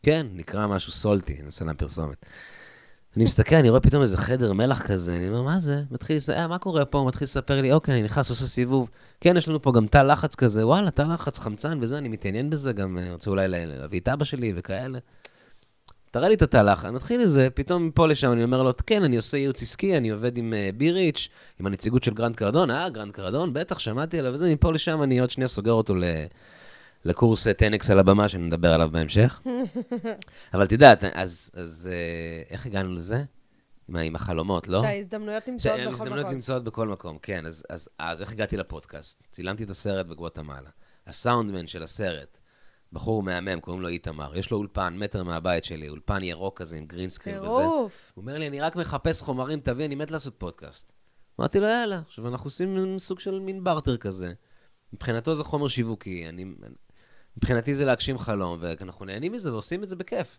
כן, נקרא משהו סולטי, נעשה להם פרסומת. אני מסתכל, אני רואה פתאום איזה חדר מלח כזה, אני אומר, מה זה? מתחיל לספר, אה, מה קורה פה? הוא מתחיל לספר לי, אוקיי, אני נכנס, עושה סיבוב. כן, יש לנו פה גם תא לחץ כזה, וואלה, תא לחץ, חמצן וזה, אני מתעניין בזה, גם אני רוצה אולי להביא את אבא שלי וכאלה. תראה לי את התא לחץ, אני מתחיל לזה, פתאום מפה לשם, אני אומר לו, כן, אני עושה ייעוץ עסקי, אני עובד עם בי-ריץ', עם הנציגות של גרנד קרדון, אה, גרנד קרדון, בטח, שמעתי עליו, וזה, מפה לשם, אני עוד שנייה סוגר אותו ל... לקורס טנקס על הבמה, שנדבר עליו בהמשך. אבל תדעת, אז, אז איך הגענו לזה? עם, עם החלומות, לא? שההזדמנויות נמצאות בכל מקום. ההזדמנויות נמצאות בכל מקום, כן. אז, אז, אז איך הגעתי לפודקאסט? צילמתי את הסרט בגואטמלה. הסאונדמן של הסרט, בחור מהמם, קוראים לו איתמר. יש לו אולפן, מטר מהבית שלי, אולפן ירוק כזה עם גרינסקרין וזה. הוא אומר לי, אני רק מחפש חומרים, תביא, אני מת לעשות פודקאסט. אמרתי לו, יאללה, עכשיו אנחנו עושים סוג של מין בארטר כזה. מבחינתו זה חומר שיווקי, אני... מבחינתי זה להגשים חלום, ואנחנו נהנים מזה ועושים את זה בכיף.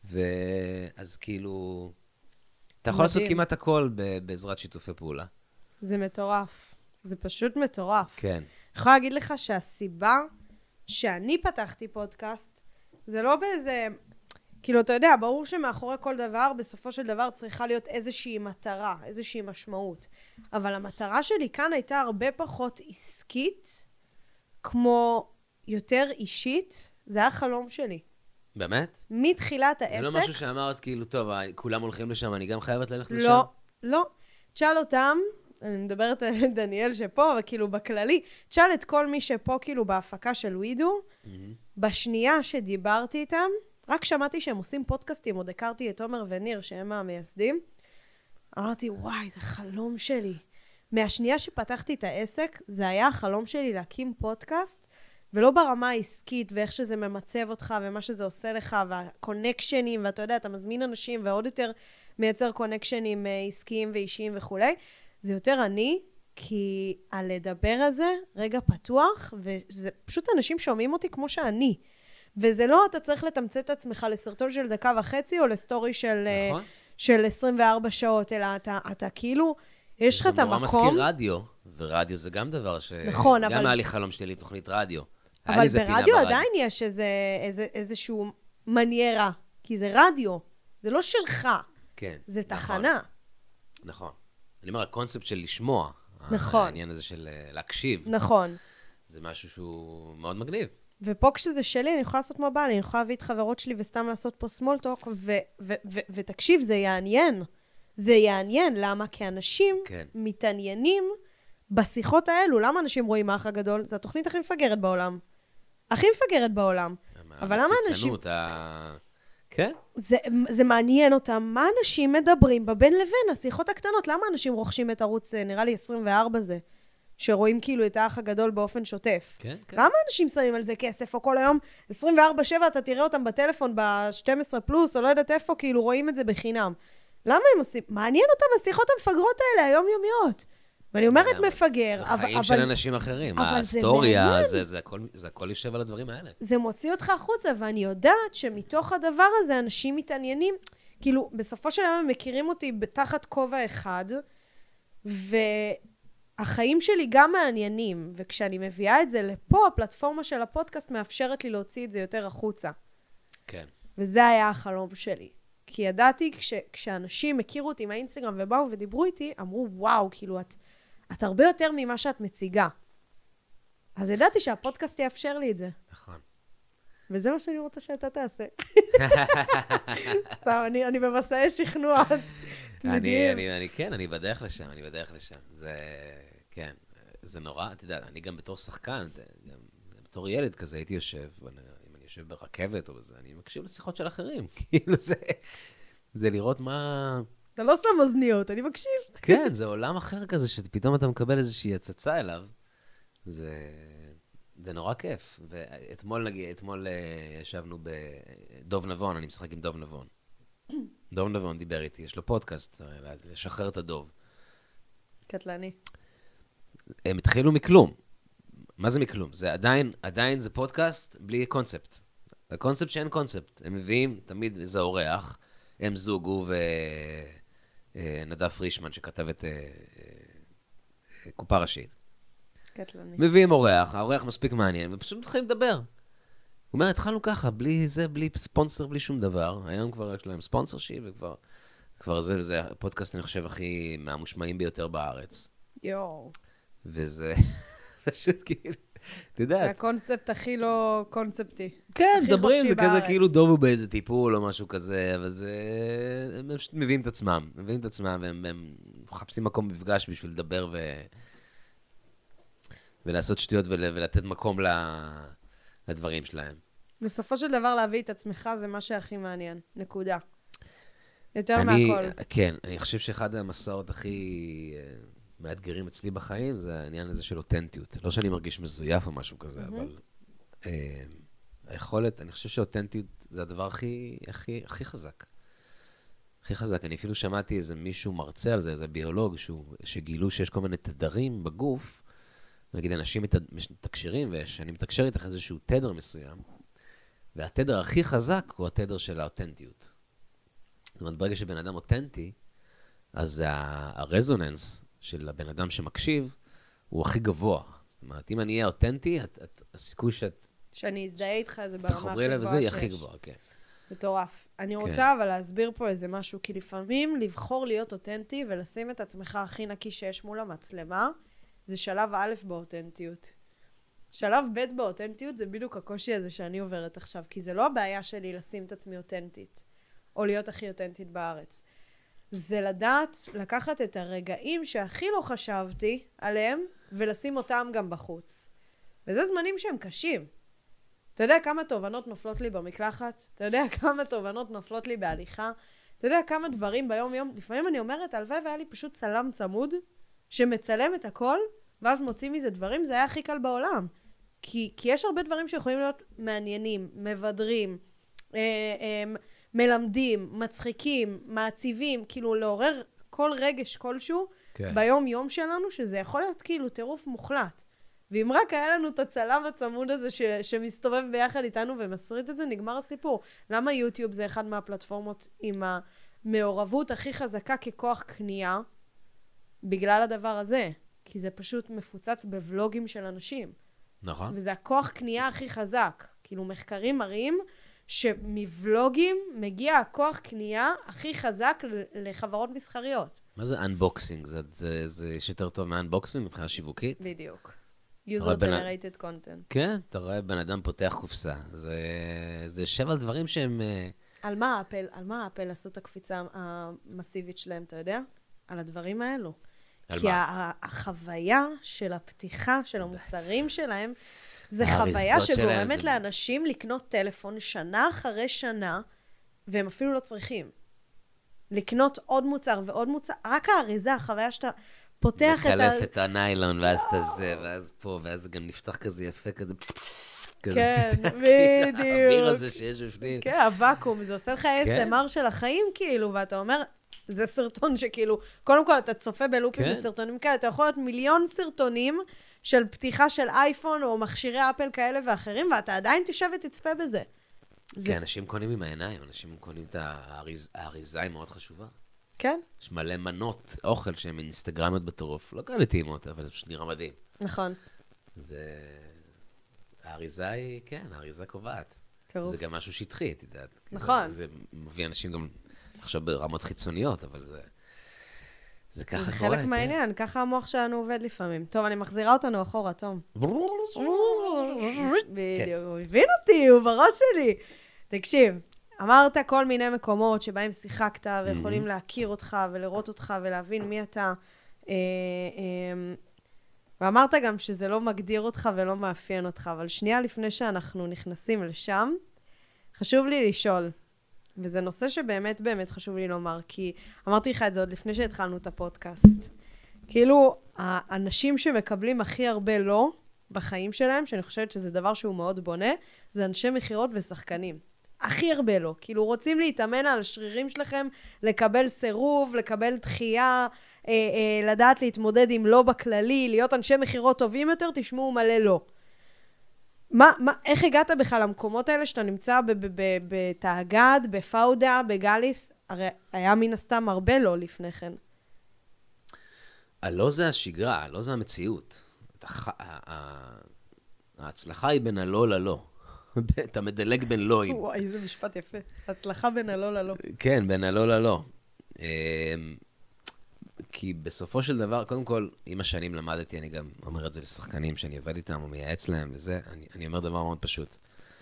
ואז כאילו, אתה יכול לעשות כמעט הכל בעזרת שיתופי פעולה. זה מטורף. זה פשוט מטורף. כן. אני יכולה להגיד לך שהסיבה שאני פתחתי פודקאסט, זה לא באיזה... כאילו, אתה יודע, ברור שמאחורי כל דבר, בסופו של דבר צריכה להיות איזושהי מטרה, איזושהי משמעות. אבל המטרה שלי כאן הייתה הרבה פחות עסקית, כמו... יותר אישית, זה היה חלום שלי. באמת? מתחילת העסק. זה לא משהו שאמרת, כאילו, טוב, כולם הולכים לשם, אני גם חייבת ללכת לשם? לא, לא. תשאל אותם, אני מדברת על דניאל שפה, אבל כאילו בכללי, תשאל את כל מי שפה, כאילו, בהפקה של ווידו, mm-hmm. בשנייה שדיברתי איתם, רק שמעתי שהם עושים פודקאסטים, עוד הכרתי את עומר וניר, שהם המייסדים, אמרתי, וואי, זה חלום שלי. מהשנייה שפתחתי את העסק, זה היה החלום שלי להקים פודקאסט, ולא ברמה העסקית, ואיך שזה ממצב אותך, ומה שזה עושה לך, והקונקשנים, ואתה יודע, אתה מזמין אנשים, ועוד יותר מייצר קונקשנים עסקיים ואישיים וכו'. זה יותר אני, כי על לדבר על זה, רגע פתוח, וזה פשוט אנשים שומעים אותי כמו שאני. וזה לא, אתה צריך לתמצת את עצמך לסרטון של דקה וחצי, או לסטורי של, נכון. של עשרים וארבע שעות, אלא אתה, אתה כאילו, יש לך את המקום. זה נורא מזכיר רדיו, ורדיו זה גם דבר ש... נכון, גם אבל... היה לי חלום שלי תוכנית רדיו. אבל ברדיו עדיין יש איזה, איזה, איזשהו מניירה, כי זה רדיו, זה לא שלך, כן, זה תחנה. נכון. אני אומר, הקונספט של לשמוע, נכון. העניין הזה של להקשיב, נכון. זה משהו שהוא מאוד מגניב. ופה כשזה שלי, אני יכולה לעשות מה בא לי, אני יכולה להביא את חברות שלי וסתם לעשות פה סמולטוק, ו- ו- ו- ותקשיב, זה יעניין. זה יעניין, למה? כי אנשים כן. מתעניינים בשיחות האלו. למה אנשים רואים האח הגדול? זו התוכנית הכי מפגרת בעולם. הכי מפגרת בעולם. אבל למה אנשים... ה... כן. זה, זה מעניין אותם. מה אנשים מדברים בבין לבין, השיחות הקטנות? למה אנשים רוכשים את ערוץ, נראה לי עשרים וארבע זה, שרואים כאילו את האח הגדול באופן שוטף? כן, כן. למה אנשים שמים על זה כסף? או כל היום עשרים וארבע שבע אתה תראה אותם בטלפון ב-שתים עשרה פלוס, או לא יודעת איפה, כאילו רואים את זה בחינם. למה הם עושים? מעניין אותם השיחות המפגרות האלה, היומיומיות. ואני אומרת מפגר, זה חיים של אנשים אחרים. ההיסטוריה, זה הכל יושב על הדברים האלה. זה מוציא אותך החוצה, ואני יודעת שמתוך הדבר הזה אנשים מתעניינים, כאילו, בסופו של דבר הם מכירים אותי בתחת כובע אחד, והחיים שלי גם מעניינים, וכשאני מביאה את זה לפה, הפלטפורמה של הפודקאסט מאפשרת לי להוציא את זה יותר החוצה. כן. וזה היה החלום שלי. כי ידעתי, כש, כשאנשים הכירו אותי מהאינסטגרם ובאו ודיברו איתי, אמרו, וואו, כאילו, את, את הרבה יותר ממה שאת מציגה. אז ידעתי שהפודקאסט יאפשר לי את זה. נכון. וזה מה שאני רוצה שאתה תעשה. סתם, אני, אני במסעי שכנוע. אני, אני, אני, כן, אני בדרך לשם, אני בדרך לשם. זה, כן, זה נורא, אתה יודע, אני גם בתור שחקן, גם בתור ילד כזה הייתי יושב, אם אני יושב ברכבת או בזה, אני מקשיב לשיחות של אחרים. כאילו זה, זה לראות מה... אתה לא שם אוזניות, אני מקשיב. כן, זה עולם אחר כזה, שפתאום אתה מקבל איזושהי הצצה אליו. זה, זה נורא כיף. ואתמול נגיד, אתמול ישבנו בדוב נבון, אני משחק עם דוב נבון. דוב נבון דיבר איתי, יש לו פודקאסט, לשחרר את הדוב. קטלני. הם התחילו מכלום. מה זה מכלום? זה עדיין, עדיין זה פודקאסט בלי קונספט. הקונספט שאין קונספט. הם מביאים תמיד איזה אורח, הם זוג, הוא ונדב פרישמן שכתב את קופה ראשית. קטלני. מביאים אורח, האורח מספיק מעניין, ופשוט מתחילים לדבר. אומר, התחלנו ככה, בלי זה, בלי ספונסר, בלי שום דבר. היום כבר יש להם ספונסר שיפ, וכבר כבר זה, זה הפודקאסט, אני חושב, הכי מהמושמעים ביותר בארץ. יואו. וזה פשוט כאילו, אתה יודע. הקונספט הכי לא קונספטי. כן, דברים, זה כזה כאילו דובו באיזה טיפול או משהו כזה, אבל זה, הם פשוט מביאים את עצמם, מביאים את עצמם, והם מחפשים מקום מפגש בשביל לדבר ו... ולעשות שטויות ולתת מקום לדברים שלהם. בסופו של דבר להביא את עצמך זה מה שהכי מעניין, נקודה. יותר מהכל. כן, אני חושב שאחד המסעות הכי מאתגרים אצלי בחיים, זה העניין הזה של אותנטיות. לא שאני מרגיש מזויף או משהו כזה, אבל היכולת, אני חושב שאותנטיות זה הדבר הכי, הכי, הכי חזק. הכי חזק. אני אפילו שמעתי איזה מישהו מרצה על זה, איזה ביולוג, שגילו שיש כל מיני תדרים בגוף, נגיד, אנשים מתקשרים, ושאני מתקשר איתך איזשהו תדר מסוים, והתדר הכי חזק הוא התדר של האותנטיות. זאת אומרת, ברגע שבן אדם אותנטי, אז הרזוננס של הבן אדם שמקשיב, הוא הכי גבוה. זאת אומרת, אם אני אהיה אותנטי, את, את, הסיכוי שאת... שאני אזדהה איתך, זה ברמה הכי גבוהה שיש. וזה יהיה הכי גבוה, כן. מטורף. אני רוצה אבל להסביר פה איזה משהו, כי לפעמים לבחור להיות אותנטי ולשים את עצמך הכי נקי שיש מול המצלמה, זה שלב א' באותנטיות. שלב ב' באותנטיות זה בדיוק הקושי הזה שאני עוברת עכשיו, כי זה לא הבעיה שלי לשים את עצמי אותנטית, או להיות הכי אותנטית בארץ. זה לדעת לקחת את הרגעים שהכי לא חשבתי עליהם, ולשים אותם גם בחוץ. וזה זמנים שהם קשים. אתה יודע כמה תובנות נופלות לי במקלחת? אתה יודע כמה תובנות נופלות לי בהליכה? אתה יודע כמה דברים ביום יום? לפעמים אני אומרת, הלוואי והיה לי פשוט צלם צמוד, שמצלם את הכל, ואז מוציא מזה דברים, זה היה הכי קל בעולם. כי, כי יש הרבה דברים שיכולים להיות מעניינים, מבדרים, אה, אה, מלמדים, מצחיקים, מעציבים, כאילו לעורר כל רגש כלשהו, כן. ביום יום שלנו, שזה יכול להיות כאילו טירוף מוחלט. ואם רק היה לנו את הצלם הצמוד הזה ש, שמסתובב ביחד איתנו ומסריט את זה, נגמר הסיפור. למה יוטיוב זה אחד מהפלטפורמות עם המעורבות הכי חזקה ככוח קנייה? בגלל הדבר הזה. כי זה פשוט מפוצץ בוולוגים של אנשים. נכון. וזה הכוח קנייה הכי חזק. כאילו מחקרים מראים שמוולוגים מגיע הכוח קנייה הכי חזק לחברות מסחריות. מה זה אנבוקסינג? זה, זה, זה יש יותר טוב מאנבוקסינג מבחינה שיווקית? בדיוק. user generated content. כן, אתה רואה בן אדם פותח קופסה. זה, זה שבע דברים שהם... על מה אפל, על מה אפל עשו את הקפיצה המסיבית שלהם, אתה יודע? על הדברים האלו. כי החוויה של הפתיחה של המוצרים שלהם, זה חוויה שגורמת לאנשים לקנות טלפון שנה אחרי שנה, והם אפילו לא צריכים. לקנות עוד מוצר ועוד מוצר, רק האריזה, החוויה שאתה פותח את ה... מקלף את הניילון, ואז אתה זה, ואז פה, ואז גם נפתח כזה יפה, כזה... כן, בדיוק. האוויר הזה שיש בפנים. כן, הוואקום, זה עושה לך אס אם אר של החיים, כאילו, ואתה אומר... זה סרטון שכאילו, קודם כל אתה צופה בלופים כן. בסרטונים כאלה, אתה יכול להיות מיליון סרטונים של פתיחה של אייפון או מכשירי אפל כאלה ואחרים, ואתה עדיין תשב ותצפה בזה. כן, זה... אנשים קונים עם העיניים, אנשים קונים את האריז... האריזה היא מאוד חשובה. כן. יש מלא מנות, אוכל שהן אינסטגרמיות בטרוף, לא כאלה טעימות, אבל זה פשוט נראה מדהים. נכון. זה... האריזה היא, כן, האריזה קובעת. טירוף. זה גם משהו שטחי, את יודעת. נכון. זה, זה מביא אנשים גם... עכשיו ברמות חיצוניות, אבל זה... זה ככה זה קורה, חלק מהעניין, ככה המוח שלנו עובד לפעמים. טוב, אני מחזירה אותנו אחורה, תום. בדיוק, הוא הבין אותי, הוא בראש שלי. תקשיב, אמרת כל מיני מקומות שבהם שיחקת, ויכולים להכיר אותך, ולראות אותך, ולהבין מי אתה. ואמרת גם שזה לא מגדיר אותך ולא מאפיין אותך, אבל שנייה לפני שאנחנו נכנסים לשם, חשוב לי לשאול, וזה נושא שבאמת באמת חשוב לי לומר, כי אמרתי לך את זה עוד לפני שהתחלנו את הפודקאסט. כאילו, האנשים שמקבלים הכי הרבה לא בחיים שלהם, שאני חושבת שזה דבר שהוא מאוד בונה, זה אנשי מחירות ושחקנים. הכי הרבה לא. כאילו, רוצים להתאמן על השרירים שלכם, לקבל סירוב, לקבל דחייה, אה, אה, לדעת להתמודד עם לא בכללי, להיות אנשי מחירות טובים יותר, תשמעו מלא לא. מה, מה, איך הגעת בכלל למקומות האלה שאתה נמצא בתאגד, בפאודה, בגליס? הרי היה מן הסתם הרבה לא לפני כן. הלא זה השגרה, הלא זה המציאות. ההצלחה היא בין הלא ללא. אתה מדלג בין לואים. וואי, איזה משפט יפה. הצלחה בין הלא ללא. כן, בין הלא ללא. כי בסופו של דבר, קודם כל, עם השנים למדתי, אני גם אומר את זה לשחקנים שאני עובד איתם, או מייעץ להם, וזה, אני, אני אומר דבר מאוד פשוט.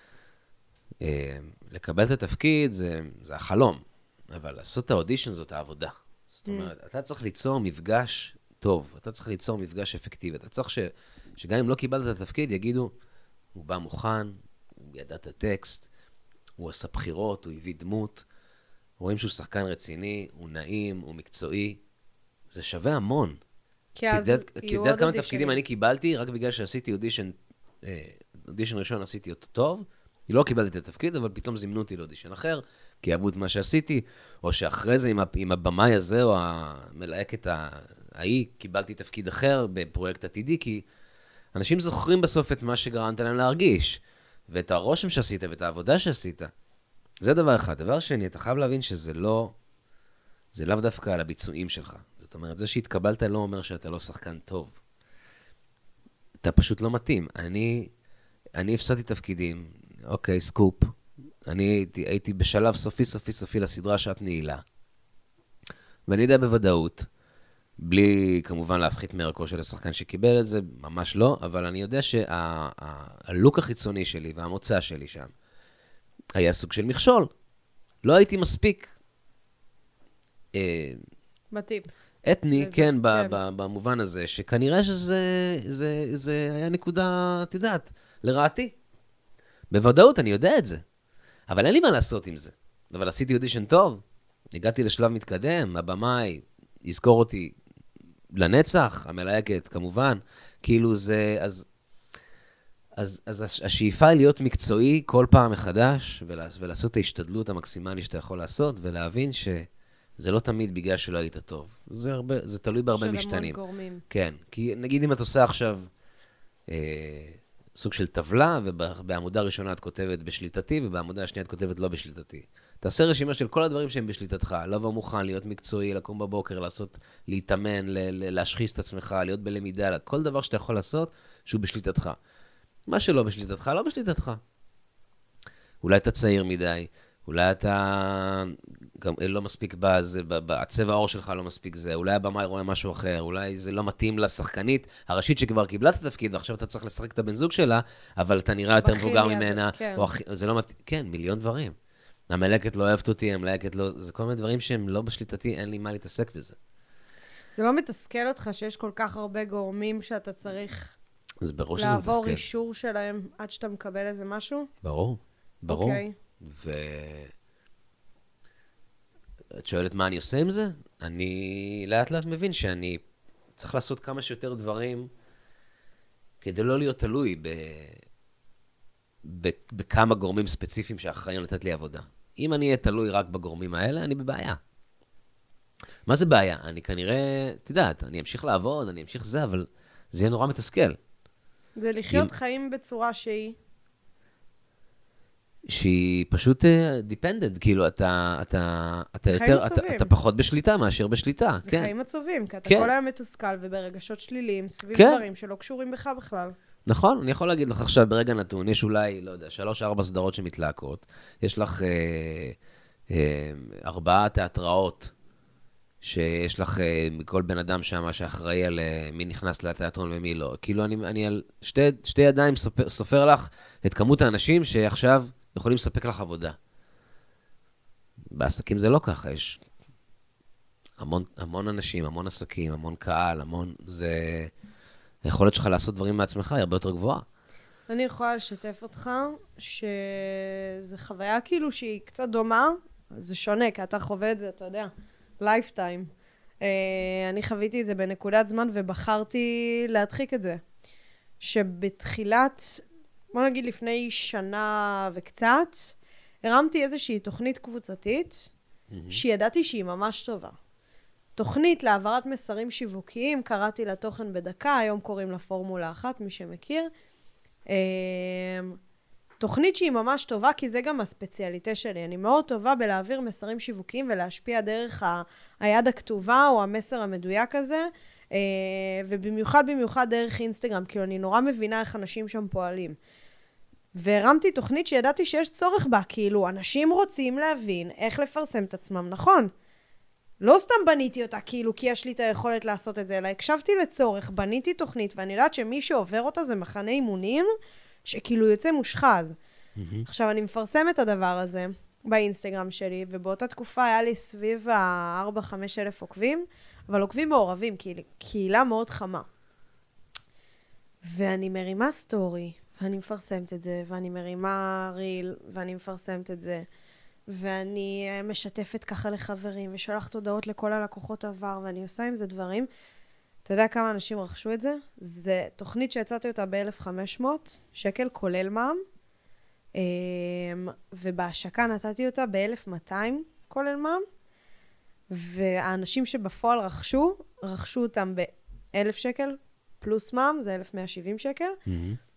לקבל את התפקיד זה, זה החלום, אבל לעשות את האודישן זאת העבודה. זאת אומרת, אתה צריך ליצור מפגש טוב, אתה צריך ליצור מפגש אפקטיבי, אתה צריך ש, שגם אם לא קיבלת את התפקיד, יגידו, הוא בא מוכן, הוא ידע את הטקסט, הוא עשה בחירות, הוא הביא דמות, רואים שהוא שחקן רציני, הוא נעים, הוא מקצועי, זה שווה המון. כי אז כי יודעת כמה תפקידים אני קיבלתי, רק בגלל שעשיתי אודישן, אודישן ראשון עשיתי אותו טוב, לא קיבלתי את התפקיד, אבל פתאום זימנו אותי לאודישן אחר, כי אהבו את מה שעשיתי, או שאחרי זה עם הבמאי הזה, או המלהקת ההיא, קיבלתי תפקיד אחר בפרויקט עתידי, כי אנשים זוכרים בסוף את מה שגרמת להם להרגיש, ואת הרושם שעשית, ואת העבודה שעשית. זה דבר אחד. דבר שני, אתה חייב להבין שזה לא, זה לאו דווקא על הביצועים שלך. זאת אומרת, זה שהתקבלת לא אומר שאתה לא שחקן טוב. אתה פשוט לא מתאים. אני, אני הפסדתי תפקידים, אוקיי, סקופ. אני הייתי, הייתי בשלב סופי, סופי, סופי לסדרה שעת נעילה. ואני יודע בוודאות, בלי כמובן להפחית מערכו של השחקן שקיבל את זה, ממש לא, אבל אני יודע שהלוק החיצוני שלי והמוצא שלי שם, היה סוג של מכשול. לא הייתי מספיק מתאים. אתני, כן, במובן הזה, שכנראה שזה היה נקודה, את יודעת, לרעתי. בוודאות, אני יודע את זה. אבל אין לי מה לעשות עם זה. אבל עשיתי אודישן טוב, הגעתי לשלב מתקדם, הבמאי יזכור אותי לנצח, המלהקת, כמובן. כאילו זה, אז, אז, אז השאיפה היא להיות מקצועי כל פעם מחדש, ולעשות את ההשתדלות המקסימלית שאתה יכול לעשות, ולהבין שזה לא תמיד בגלל שלא היית טוב. זה, הרבה, זה תלוי בהרבה משתנים. של המון גורמים. כן, כי נגיד אם את עושה עכשיו אה, סוג של טבלה, ובעמודה הראשונה את כותבת בשליטתי, ובעמודה השנייה את כותבת לא בשליטתי. תעשה רשימה של כל הדברים שהם בשליטתך, לבוא מוכן, להיות מקצועי, לקום בבוקר, לעשות, להתאמן, להשחיס את עצמך, להיות בלמידה, כל דבר שאתה יכול לעשות שהוא בשליטתך. מה שלא בשליטתך, לא בשליטתך. אולי אתה צעיר מדי, אולי אתה גם לא מספיק בזה, הצבע העור שלך לא מספיק זה, אולי הבמאי רואה משהו אחר, אולי זה לא מתאים לשחקנית הראשית שכבר קיבלה את התפקיד, ועכשיו אתה צריך לשחק את הבן זוג שלה, אבל אתה נראה יותר מבוגר ממנה, כן. או, זה לא מתאים, כן, מיליון דברים. המלהקת לא אוהבת אותי, המלהקת לא, זה כל מיני דברים שהם לא בשליטתי, אין לי מה להתעסק בזה. זה לא מתסכל אותך שיש כל כך הרבה גורמים שאתה צריך זה ברור שזה מתסכל. לעבור אישור שלהם עד שאתה מקבל איזה משהו? ברור, ברור. אוקיי. ו... את שואלת מה אני עושה עם זה? אני לאט לאט מבין שאני צריך לעשות כמה שיותר דברים כדי לא להיות תלוי ב... ב... בכמה גורמים ספציפיים שאחראים לתת לי עבודה. אם אני אהיה תלוי רק בגורמים האלה, אני בבעיה. מה זה בעיה? אני כנראה, תדעת, אני אמשיך לעבוד, אני אמשיך זה, אבל זה יהיה נורא מתסכל. זה לחיות אם... חיים בצורה שהיא... שהיא פשוט דיפנדנט, כאילו אתה, אתה, אתה יותר, אתה, אתה פחות בשליטה מאשר בשליטה. זה כן. חיים עצובים, כי אתה כן. כל היום מתוסכל וברגשות שליליים, סביב כן. דברים שלא קשורים בך בכלל. נכון, אני יכול להגיד לך עכשיו ברגע נתון, יש אולי, לא יודע, שלוש, ארבע סדרות שמתלהקות, יש לך אה, אה, ארבעה תיאטראות, שיש לך אה, מכל בן אדם שם שאחראי על אה, מי נכנס לתיאטרון ומי לא. כאילו אני, אני על שתי, שתי ידיים סופר, סופר לך את כמות האנשים שעכשיו יכולים לספק לך עבודה. בעסקים זה לא ככה, יש המון, המון אנשים, המון עסקים, המון קהל, המון, זה... היכולת שלך לעשות דברים מעצמך היא הרבה יותר גבוהה. אני יכולה לשתף אותך שזו חוויה כאילו שהיא קצת דומה, זה שונה, כי אתה חווה את זה, אתה יודע, לייפטיים. אני חוויתי את זה בנקודת זמן ובחרתי להדחיק את זה. שבתחילת, בוא נגיד לפני שנה וקצת, הרמתי איזושהי תוכנית קבוצתית, mm-hmm. שידעתי שהיא ממש טובה. תוכנית להעברת מסרים שיווקיים, קראתי לה תוכן בדקה, היום קוראים לה פורמולה אחת, מי שמכיר. תוכנית שהיא ממש טובה, כי זה גם הספציאליטה שלי. אני מאוד טובה בלהעביר מסרים שיווקיים ולהשפיע דרך ה- היד הכתובה או המסר המדויק הזה, ובמיוחד במיוחד דרך אינסטגרם, כאילו אני נורא מבינה איך אנשים שם פועלים. והרמתי תוכנית שידעתי שיש צורך בה, כאילו, אנשים רוצים להבין איך לפרסם את עצמם נכון. לא סתם בניתי אותה, כאילו, כי יש לי את היכולת לעשות את זה, אלא הקשבתי לצורך, בניתי תוכנית, ואני יודעת שמי שעובר אותה זה מחנה אימונים, שכאילו יוצא מושחז. Mm-hmm. עכשיו, אני מפרסם את הדבר הזה באינסטגרם שלי, ובאותה תקופה היה לי סביב ה-ארבע חמש אלף עוקבים, אבל עוקבים מעורבים, כאילו, קהילה מאוד חמה. ואני מרימה סטורי, ואני מפרסמת את זה, ואני מרימה ריל, ואני מפרסמת את זה, ואני משתפת ככה לחברים, ושולחת הודעות לכל הלקוחות עבר, ואני עושה עם זה דברים. אתה יודע כמה אנשים רכשו את זה? זה תוכנית שהצעתי אותה ב-אלף וחמש מאות שקל, כולל מע"מ, ובהשקה נתתי אותה ב-אלף ומאתיים, כולל מע"מ, והאנשים שבפועל רכשו, רכשו אותם ב-אלף שקל, פלוס מע"מ, זה אלף מאה שבעים שקל. Mm-hmm.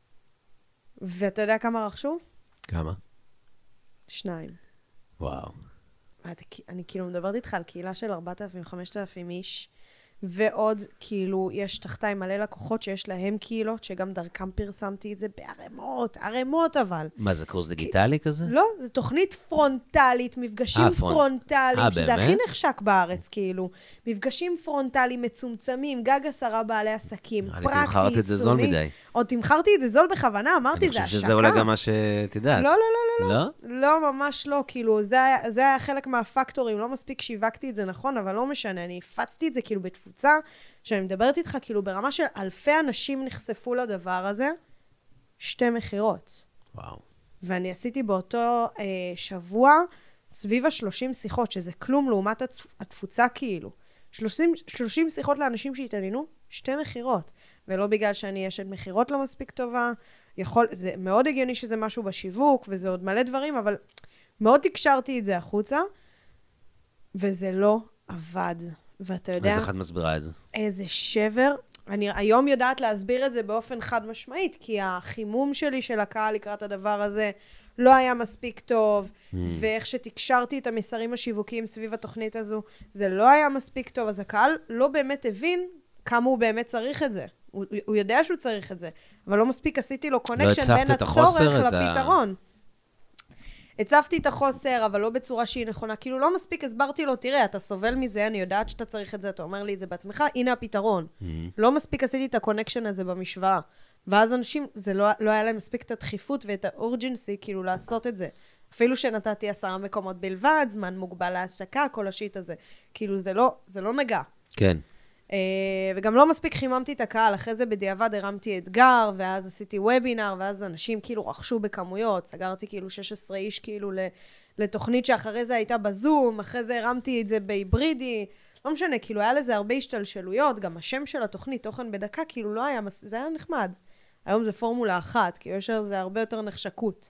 ואתה יודע כמה רכשו? כמה? שניים. וואו. אני, אני כאילו מדברת איתך על קהילה של ארבעת אלפים חמשת אלפים איש, ועוד כאילו יש תחתיי מלא לקוחות שיש להם קהילות, שגם דרכם פרסמתי את זה בערמות, ערמות אבל. מה, זה קורס דיגיטלי כזה? לא, זה תוכנית פרונטלית, מפגשים 아, פרונטליים, 아, שזה באמת? הכי נחשק בארץ, כאילו. מפגשים פרונטליים מצומצמים, גג עשרה בעלי עסקים, פרקטי, סוני. אני תמחרת את זה זול מדי. עוד תמחרתי את זה זול בכוונה, אמרתי, זה השקה. אני חושב שזה אולי גם מה שתדעת. לא, לא, לא, לא. לא? לא, ממש לא, כאילו, זה היה, זה היה חלק מהפקטורים, לא מספיק שיווקתי את זה נכון, אבל לא משנה, אני הפצתי את זה כאילו בתפוצה, שאני מדברת איתך, כאילו ברמה של אלפי אנשים נחשפו לדבר הזה, שתי מחירות. וואו. ואני עשיתי באותו אה, שבוע, סביב ה-שלושים שיחות, שזה כלום לעומת התפוצה כאילו. שלושים, שלושים שיחות לאנשים שהתעניינו, שתי מחירות. ולא בגלל שאני אשת מחירות לא מספיק טובה, יכול, זה מאוד הגיוני שזה משהו בשיווק, וזה עוד מלא דברים, אבל מאוד תקשרתי את זה החוצה, וזה לא עבד. ואתה יודע... איזה אחד מסבירה את זה? איזה שבר. אני היום יודעת להסביר את זה באופן חד משמעית, כי החימום שלי של הקהל לקראת הדבר הזה לא היה מספיק טוב, mm. ואיך שתקשרתי את המסרים השיווקיים סביב התוכנית הזו, זה לא היה מספיק טוב, אז הקהל לא באמת הבין כמה הוא באמת צריך את זה. הוא, הוא יודע שהוא צריך את זה, אבל לא מספיק עשיתי לו קונקשן בין הצורך לפתרון. ה... הצפתי את החוסר, אבל לא בצורה שהיא נכונה. כאילו לא מספיק הסברתי לו, תראה, אתה סובל מזה, אני יודעת שאתה צריך את זה, אתה אומר לי את זה בעצמך, הנה הפתרון. Mm-hmm. לא מספיק עשיתי את הקונקשן הזה במשוואה. ואז אנשים, זה לא, לא היה להם מספיק את הדחיפות ואת האורג'נסי, כאילו לעשות את זה. אפילו שנתתי עשרה מקומות בלבד, זמן מוגבל להשקה, כל השיט הזה. כאילו זה לא, זה לא נגע. כן. וגם לא מספיק חיממתי את הקהל, אחרי זה בדיעבד הרמתי אתגר, ואז עשיתי וובינר, ואז אנשים כאילו רכשו בכמויות, סגרתי כאילו שש עשרה איש כאילו לתוכנית שאחרי זה הייתה בזום, אחרי זה הרמתי את זה בהיברידי, לא משנה, כאילו היה לזה הרבה השתלשלויות, גם השם של התוכנית, תוכן בדקה, כאילו לא היה, זה היה נחמד. היום זה פורמולה אחת, כי יש על זה הרבה יותר נחשקות.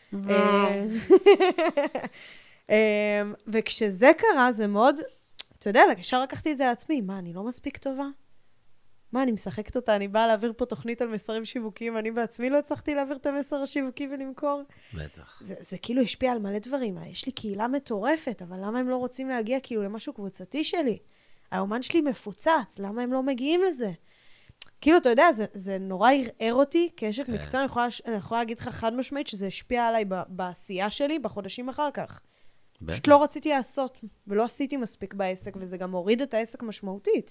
וכשזה קרה, זה מאוד... אתה יודע, ישר לקחתי את זה לעצמי. מה, אני לא מספיק טובה? מה, אני משחקת אותה? אני באה להעביר פה תוכנית על מסרים שיווקיים, אני בעצמי לא הצלחתי להעביר את המסר השיווקי ולמכור. בטח. זה, זה כאילו השפיע על מלא דברים. יש לי קהילה מטורפת, אבל למה הם לא רוצים להגיע כאילו למשהו קבוצתי שלי? האומן שלי מפוצץ, למה הם לא מגיעים לזה? כאילו, אתה יודע, זה, זה נורא ערער אותי, כאשת מקצוע, אני יכולה, אני יכולה להגיד לך חד משמעית שזה השפיע עליי בעשייה שלי בחודשים אחר כך. פשוט לא רציתי לעשות, ולא עשיתי מספיק בעסק, וזה גם הוריד את העסק משמעותית.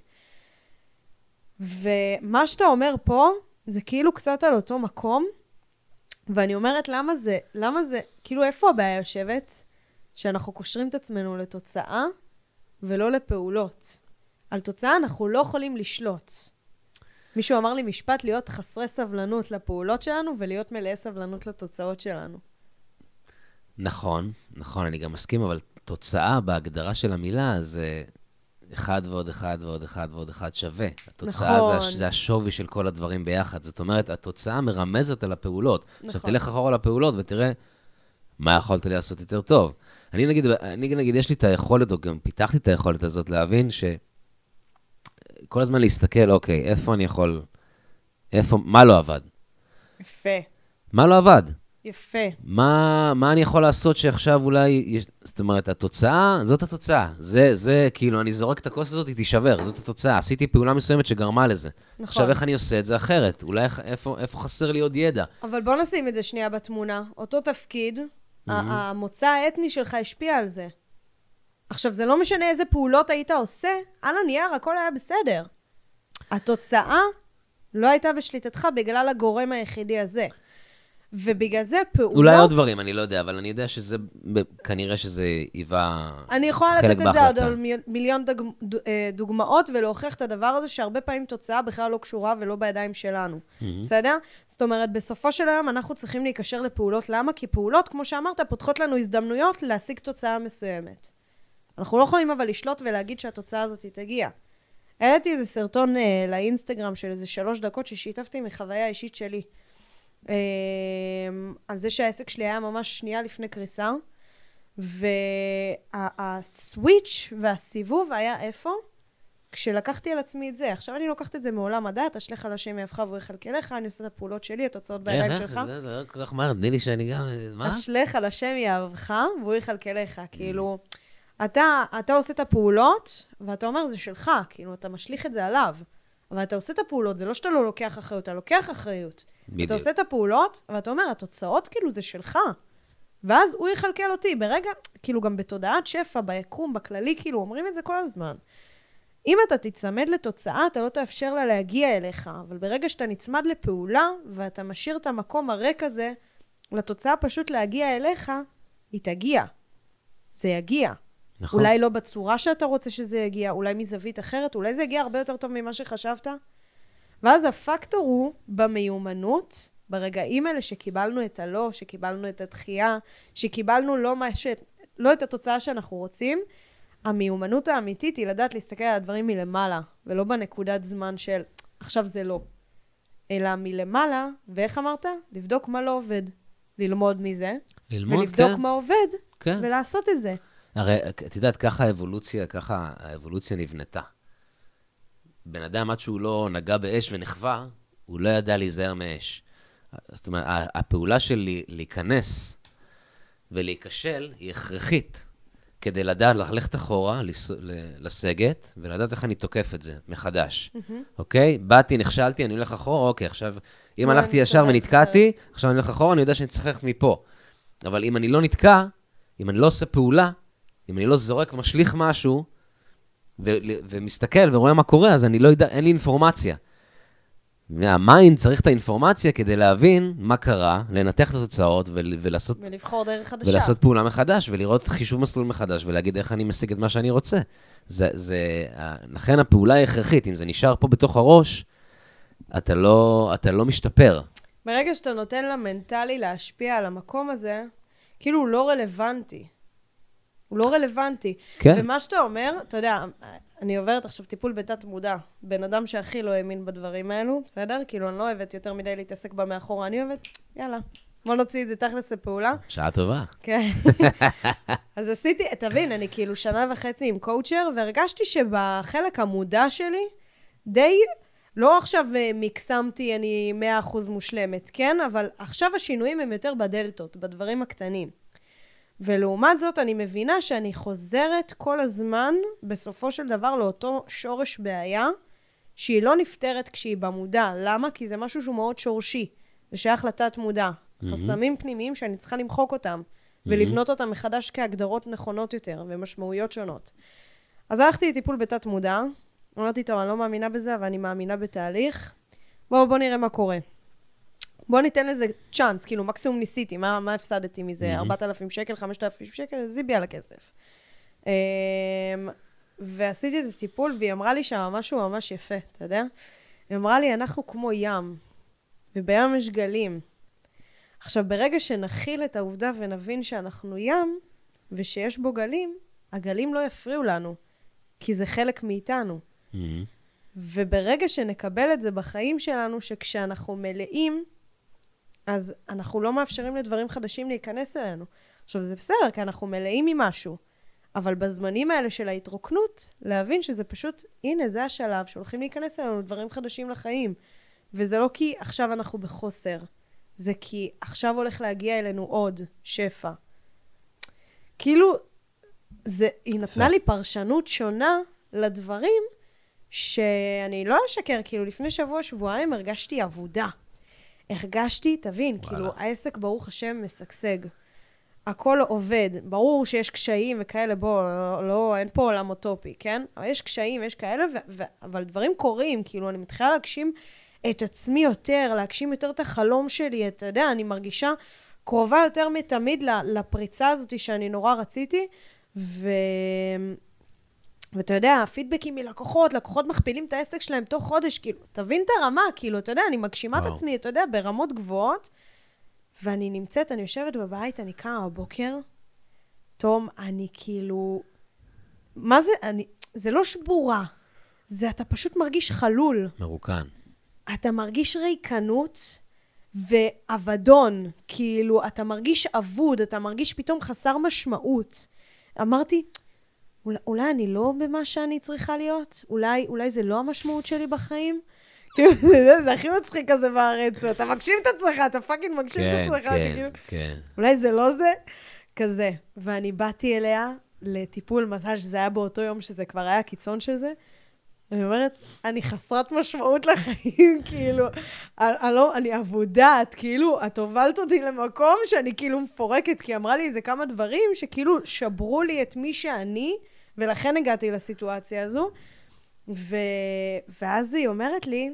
ומה שאתה אומר פה, זה כאילו קצת על אותו מקום, ואני אומרת, למה זה, למה זה, כאילו איפה הבעיה יושבת? שאנחנו קושרים את עצמנו לתוצאה, ולא לפעולות. על תוצאה אנחנו לא יכולים לשלוט. מישהו אמר לי משפט, להיות חסרי סבלנות לפעולות שלנו, ולהיות מלאי סבלנות לתוצאות שלנו. נכון, נכון, אני גם מסכים, אבל תוצאה בהגדרה של המילה זה אחד ועוד אחד ועוד אחד ועוד אחד שווה. התוצאה נכון. זה, זה השווי של כל הדברים ביחד. זאת אומרת, התוצאה מרמזת על הפעולות. נכון. עכשיו תלך אחורה לפעולות ותראה מה יכולת לעשות יותר טוב. אני נגיד, אני נגיד, יש לי את היכולת, או גם פיתחתי את היכולת הזאת להבין שכל הזמן להסתכל, אוקיי, איפה אני יכול, איפה, מה לא עבד? יפה. מה לא עבד? יפה. מה, מה אני יכול לעשות שעכשיו אולי, זאת אומרת, התוצאה, זאת התוצאה. זה, זה, כאילו, אני זורק את הכוס הזאת, היא תישבר, זאת התוצאה. עשיתי פעולה מסוימת שגרמה לזה. נכון. עכשיו, איך אני עושה את זה אחרת? אולי איפה, איפה חסר לי עוד ידע? אבל בוא נשים את זה שנייה בתמונה. אותו תפקיד, mm-hmm. המוצא האתני שלך השפיע על זה. עכשיו, זה לא משנה איזה פעולות היית עושה, על הנייר, הכל היה בסדר. התוצאה לא הייתה בשליטתך בגלל הגורם היחידי הזה. ובגלל זה פעולות... אולי עוד דברים, אני לא יודע, אבל אני יודע שזה, כנראה שזה היווה חלק בהחלטה. אני יכולה לתת את זה עוד על מיליון דוג, דוגמאות, ולהוכיח את הדבר הזה, שהרבה פעמים תוצאה בכלל לא קשורה ולא בידיים שלנו. Mm-hmm. בסדר? זאת אומרת, בסופו של היום אנחנו צריכים להיקשר לפעולות. למה? כי פעולות, כמו שאמרת, פותחות לנו הזדמנויות להשיג תוצאה מסוימת. אנחנו לא יכולים אבל לשלוט ולהגיד שהתוצאה הזאת תגיע. העליתי איזה סרטון אה, לאינסטגרם של איזה שלוש דקות ששיתפתי מחוויה אישית שלי. אה, על זה שהעסק שלי היה ממש שנייה לפני קריסה. והסוויץ' והסיבוב היה איפה? כשלקחתי על עצמי את זה. עכשיו אני לוקחת את זה מעולם הדת, אשלך על השם יאהבך והוא יחלקלך, אני עושה את הפעולות שלי, התוצאות בידיים שלך. זה לא כל כך מהר, תני לי שאני גם... מה? אשלך על השם יאהבך והוא יחלקלך. כאילו... אתה, אתה עושה את הפעולות, ואתה אומר, זה שלך, כאילו, אתה משליך את זה עליו. אבל אתה עושה את הפעולות, זה לא שאתה לא לוקח אחריות, אתה לוקח אחריות. בדיוק. אתה עושה את הפעולות, ואתה אומר, התוצאות, כאילו, זה שלך. ואז הוא יחלקל אותי. ברגע, כאילו, גם בתודעת שפע, ביקום, בכללי, כאילו, אומרים את זה כל הזמן. אם אתה תצמד לתוצאה, אתה לא תאפשר לה להגיע אליך. אבל ברגע שאתה נצמד לפעולה, ואתה משאיר את המקום הריק הזה, לתוצאה פשוט להגיע אליך, היא תגיע. זה יגיע. נכון. אולי לא בצורה שאתה רוצה שזה יגיע, אולי מזווית אחרת, אולי זה יגיע הרבה יותר טוב ממה שחשבת. ואז הפקטור הוא במיומנות, ברגעים האלה שקיבלנו את הלא, שקיבלנו את הדחייה, שקיבלנו לא, מה ש... לא את התוצאה שאנחנו רוצים, המיומנות האמיתית היא לדעת להסתכל על הדברים מלמעלה, ולא בנקודת זמן של עכשיו זה לא. אלא מלמעלה, ואיך אמרת? לבדוק מה לא עובד. ללמוד מזה, ללמוד, ולבדוק כן. מה עובד, כן. ולעשות את זה. הרי, את יודעת, ככה האבולוציה, ככה האבולוציה נבנתה. בן אדם, עד שהוא לא נגע באש ונחווה, הוא לא ידע להיזהר מאש. זאת אומרת, הפעולה של להיכנס ולהיכשל היא הכרחית, כדי לדעת ללכת אחורה, לסגת, ולדעת איך אני תוקף את זה מחדש. אוקיי? באתי, נכשלתי, אני הולך אחורה, אוקיי, עכשיו, אם הלכתי ישר ונתקעתי, עכשיו אני הולך אחורה, אני יודע שאני צריך ללכת מפה. אבל אם אני לא נתקע, אם אני לא עושה פעולה, אם אני לא זורק, משליך משהו, ו- ומסתכל ורואה מה קורה, אז אני לא יודע, אין לי אינפורמציה. והמיינד צריך את האינפורמציה כדי להבין מה קרה, לנתח את התוצאות ול- ולעשות... ולבחור דרך חדשה. ולעשות פעולה מחדש, ולראות חישוב מסלול מחדש, ולהגיד איך אני משיג את מה שאני רוצה. זה, זה, לכן הפעולה היא הכרחית. אם זה נשאר פה בתוך הראש, אתה לא, אתה לא משתפר. ברגע שאתה נותן למנטלי להשפיע על המקום הזה, כאילו הוא לא רלוונטי. הוא לא רלוונטי. כן. ומה שאתה אומר, אתה יודע, אני עוברת עכשיו טיפול בתת מודע. בן אדם שהכי לא האמין בדברים האלו, בסדר? כאילו אני לא אוהבת יותר מדי להתעסק בה מאחורה, אני אוהבת, יאללה, בוא נוציא את זה תכלס לפעולה. שעה טובה. כן. אז עשיתי, תבין, אני כאילו שנה וחצי עם קואוצ'ר, והרגשתי שבחלק המודע שלי, די, לא עכשיו מקסמתי, אני מאה אחוז מושלמת, כן? אבל עכשיו השינויים הם יותר בדלתות, בדברים הקטנים. ולעומת זאת אני מבינה שאני חוזרת כל הזמן בסופו של דבר לאותו שורש בעיה שהיא לא נפתרת כשהיא במודע. למה? כי זה משהו שהוא מאוד שורשי. זה שייך לתת מודע. Mm-hmm. חסמים פנימיים שאני צריכה למחוק אותם mm-hmm. ולבנות אותם מחדש כהגדרות נכונות יותר ומשמעויות שונות. אז הלכתי לטיפול בתת מודע. אמרתי, טוב, אני לא מאמינה בזה, אבל אני מאמינה בתהליך. בואו, בואו נראה מה קורה. בוא ניתן לזה צ'אנס, כאילו מקסימום ניסיתי, מה, מה הפסדתי מזה? ארבעת אלפים שקל, חמשת אלפים שקל, זיבי על הכסף. ועשיתי את הטיפול, והיא אמרה לי שם משהו ממש יפה, אתה יודע? היא אמרה לי, אנחנו כמו ים, ובים יש גלים. עכשיו, ברגע שנכיל את העובדה ונבין שאנחנו ים, ושיש בו גלים, הגלים לא יפריעו לנו, כי זה חלק מאיתנו. וברגע שנקבל את זה בחיים שלנו, שכשאנחנו מלאים, אז אנחנו לא מאפשרים לדברים חדשים להיכנס אלינו. עכשיו, זה בסדר, כי אנחנו מלאים ממשהו. אבל בזמנים האלה של ההתרוקנות, להבין שזה פשוט, הנה, זה השלב שהולכים להיכנס אלינו דברים חדשים לחיים. וזה לא כי עכשיו אנחנו בחוסר. זה כי עכשיו הולך להגיע אלינו עוד שפע. כאילו, זה, היא נתנה לי פרשנות שונה לדברים, שאני לא אשקר, כאילו לפני שבוע, שבועיים הרגשתי עבודה. הרגשתי, תבין, וואלה. כאילו העסק ברוך השם משגשג. הכל עובד. ברור שיש קשיים וכאלה, בוא, לא, לא, אין פה עולם אוטופי, כן? אבל יש קשיים, יש כאלה, ו- ו- אבל דברים קורים, כאילו אני מתחילה להגשים את עצמי יותר, להגשים יותר את החלום שלי, אתה יודע, אני מרגישה קרובה יותר מתמיד לפריצה הזאת שאני נורא רציתי, ו... ואתה יודע, הפידבקים מלקוחות, לקוחות מכפילים את העסק שלהם תוך חודש, כאילו, תבין את הרמה, כאילו, אתה יודע, אני מגשימה את עצמי, אתה יודע, ברמות גבוהות, ואני נמצאת, אני יושבת בבית, אני קמה בבוקר, תום, אני כאילו, מה זה, אני, זה לא שבורה, זה אתה פשוט מרגיש חלול. מרוקן. אתה מרגיש ריקנות ועבדון, כאילו, אתה מרגיש עבוד, אתה מרגיש פתאום חסר משמעות. אמרתי, אולי, אולי אני לא במה שאני צריכה להיות? אולי, אולי זה לא המשמעות שלי בחיים? כאילו, זה, זה הכי מצחיק כזה בארץ, אתה מגשים את עצמך, אתה פאקינג מגשים את עצמך, כן, כאילו, כן. אולי זה לא זה, כזה. ואני באתי אליה לטיפול, מזל שזה היה באותו יום שזה כבר היה הקיצון של זה, אני אומרת, אני חסרת משמעות לחיים, כאילו, אני, לא, אני עבודת, כאילו, את הובלת אותי למקום שאני כאילו מפורקת, כי אמרה לי איזה כמה דברים שכאילו שברו לי את מי שאני, ולכן הגעתי לסיטואציה הזו, ו... ואז היא אומרת לי,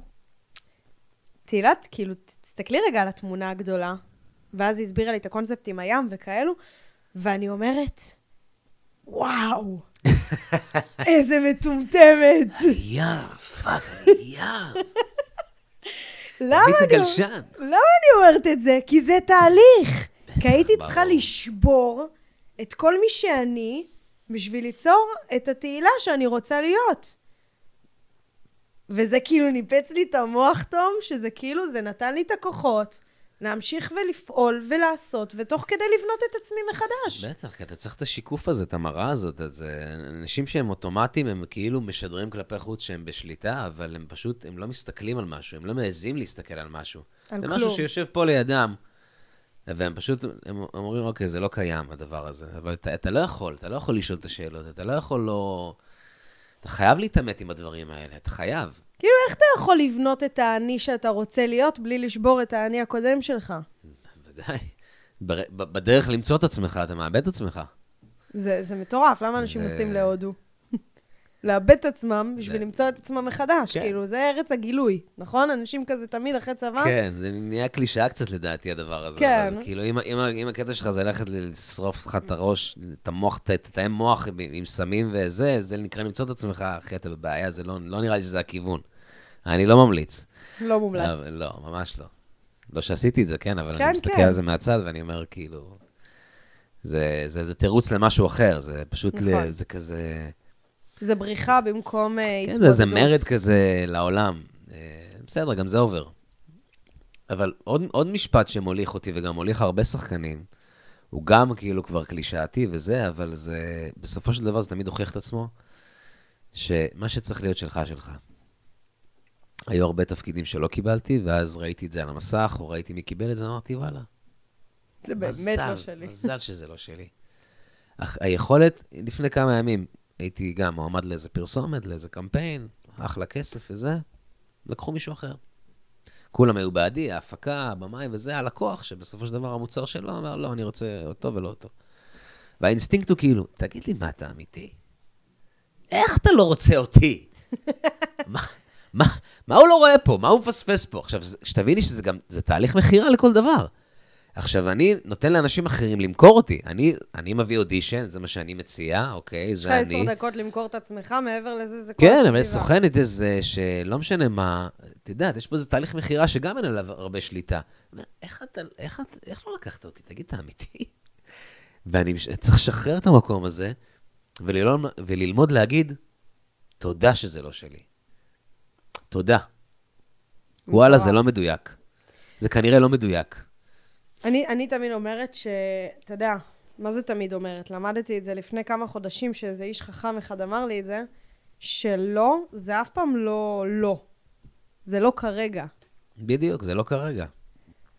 תהילת, כאילו, תסתכלי רגע על התמונה הגדולה, ואז היא הסבירה לי את הקונספט עם הים וכאלו, ואני אומרת, וואו, איזה מטומטמת. יא, פאק, יא. למה אני אומרת את זה? כי זה תהליך. כי הייתי צריכה לשבור את כל מי שאני, בשביל ליצור את התהילה שאני רוצה להיות. וזה כאילו ניפץ לי את המוח, תום, שזה כאילו, זה נתן לי את הכוחות, להמשיך ולפעול ולעשות, ותוך כדי לבנות את עצמי מחדש. בטח, כי אתה צריך את השיקוף הזה, את המראה הזאת. אז אנשים שהם אוטומטיים, הם כאילו משדרים כלפי חוץ שהם בשליטה, אבל הם פשוט, הם לא מסתכלים על משהו, הם לא מעזים להסתכל על משהו. על זה כלום. משהו שיושב פה לידם, והם פשוט, הם אומרים, אוקיי, זה לא קיים, הדבר הזה. אבל אתה, אתה לא יכול, אתה לא יכול לשאול את השאלות, אתה לא יכול לא... אתה חייב להתאמת עם הדברים האלה, אתה חייב. כאילו, איך אתה יכול לבנות את האני שאתה רוצה להיות, בלי לשבור את האני הקודם שלך? ודאי. בדרך למצוא את עצמך, אתה מאבד את עצמך. זה, זה מטורף, למה אנשים נוסעים להודו? לאבד את עצמם בשביל למצוא את עצמם מחדש, כאילו, זה ארץ הגילוי, נכון? אנשים כזה תמיד אחרי צבא? כן, זה נהיה קלישאה קצת לדעתי הדבר הזה. כן. כאילו, אם הקטע שלך זה ללכת לשרוף לך את הראש, את המוח, תתאם מוח עם סמים וזה, זה נקרא למצוא את עצמך, אחי, אתה בבעיה, זה לא נראה לי שזה הכיוון. אני לא ממליץ. לא מומלץ. לא, ממש לא. לא שעשיתי את זה, כן, אבל אני מסתכל על זה מהצד, ואני אומר, כאילו, זה תירוץ למשהו אחר, זה פשוט, זה כזה... זה בריחה במקום התמודדות. כן, זה מרד כזה לעולם. בסדר, גם זה עובר. אבל עוד, עוד משפט שמוליך אותי, וגם מוליך הרבה שחקנים, הוא גם כאילו כבר קלישאתי וזה, אבל זה, בסופו של דבר זה תמיד הוכיח את עצמו, שמה שצריך להיות שלך, שלך. היו הרבה תפקידים שלא קיבלתי, ואז ראיתי את זה על המסך, או ראיתי מי קיבל את זה, אמרתי, וואלה. זה באמת מזל, לא שלי. מזל שזה לא שלי. אך היכולת, לפני כמה ימים, הייתי גם מועמד לאיזה פרסומת, לאיזה קמפיין, אחלה כסף וזה, לקחו מישהו אחר. כולם היו בעדי, ההפקה, הבמאי וזה, הלקוח, שבסופו של דבר המוצר שלו אמר, לא, אני רוצה אותו ולא אותו. והאינסטינקט הוא כאילו, תגיד לי, מה אתה אמיתי? איך אתה לא רוצה אותי? מה, מה, מה הוא לא רואה פה? מה הוא מפספס פה? עכשיו, שתביני שזה גם, זה תהליך מחירה לכל דבר. עכשיו, אני נותן לאנשים אחרים למכור אותי. אני, אני מביא אודישן, זה מה שאני מציע, אוקיי, זה אני. יש לך עשר דקות למכור את עצמך, מעבר לזה, זה כל כן, הסביבה. אבל יש סוכנת איזה, שלא משנה מה, אתה יודעת, יש פה איזה תהליך מחירה שגם אין עליו הרבה שליטה. איך אתה, איך, איך לא לקחת אותי? תגיד, אתה אמיתי? ואני צריך לשחרר את המקום הזה, וללמוד, וללמוד להגיד, תודה שזה לא שלי. תודה. וואלה, זה לא מדויק. זה כנראה לא מדויק. אני, אני תמיד אומרת ש... אתה יודע, מה זה תמיד אומרת? למדתי את זה לפני כמה חודשים, שאיזה איש חכם אחד אמר לי את זה, שלא, זה אף פעם לא לא. זה לא כרגע. בדיוק, זה לא כרגע.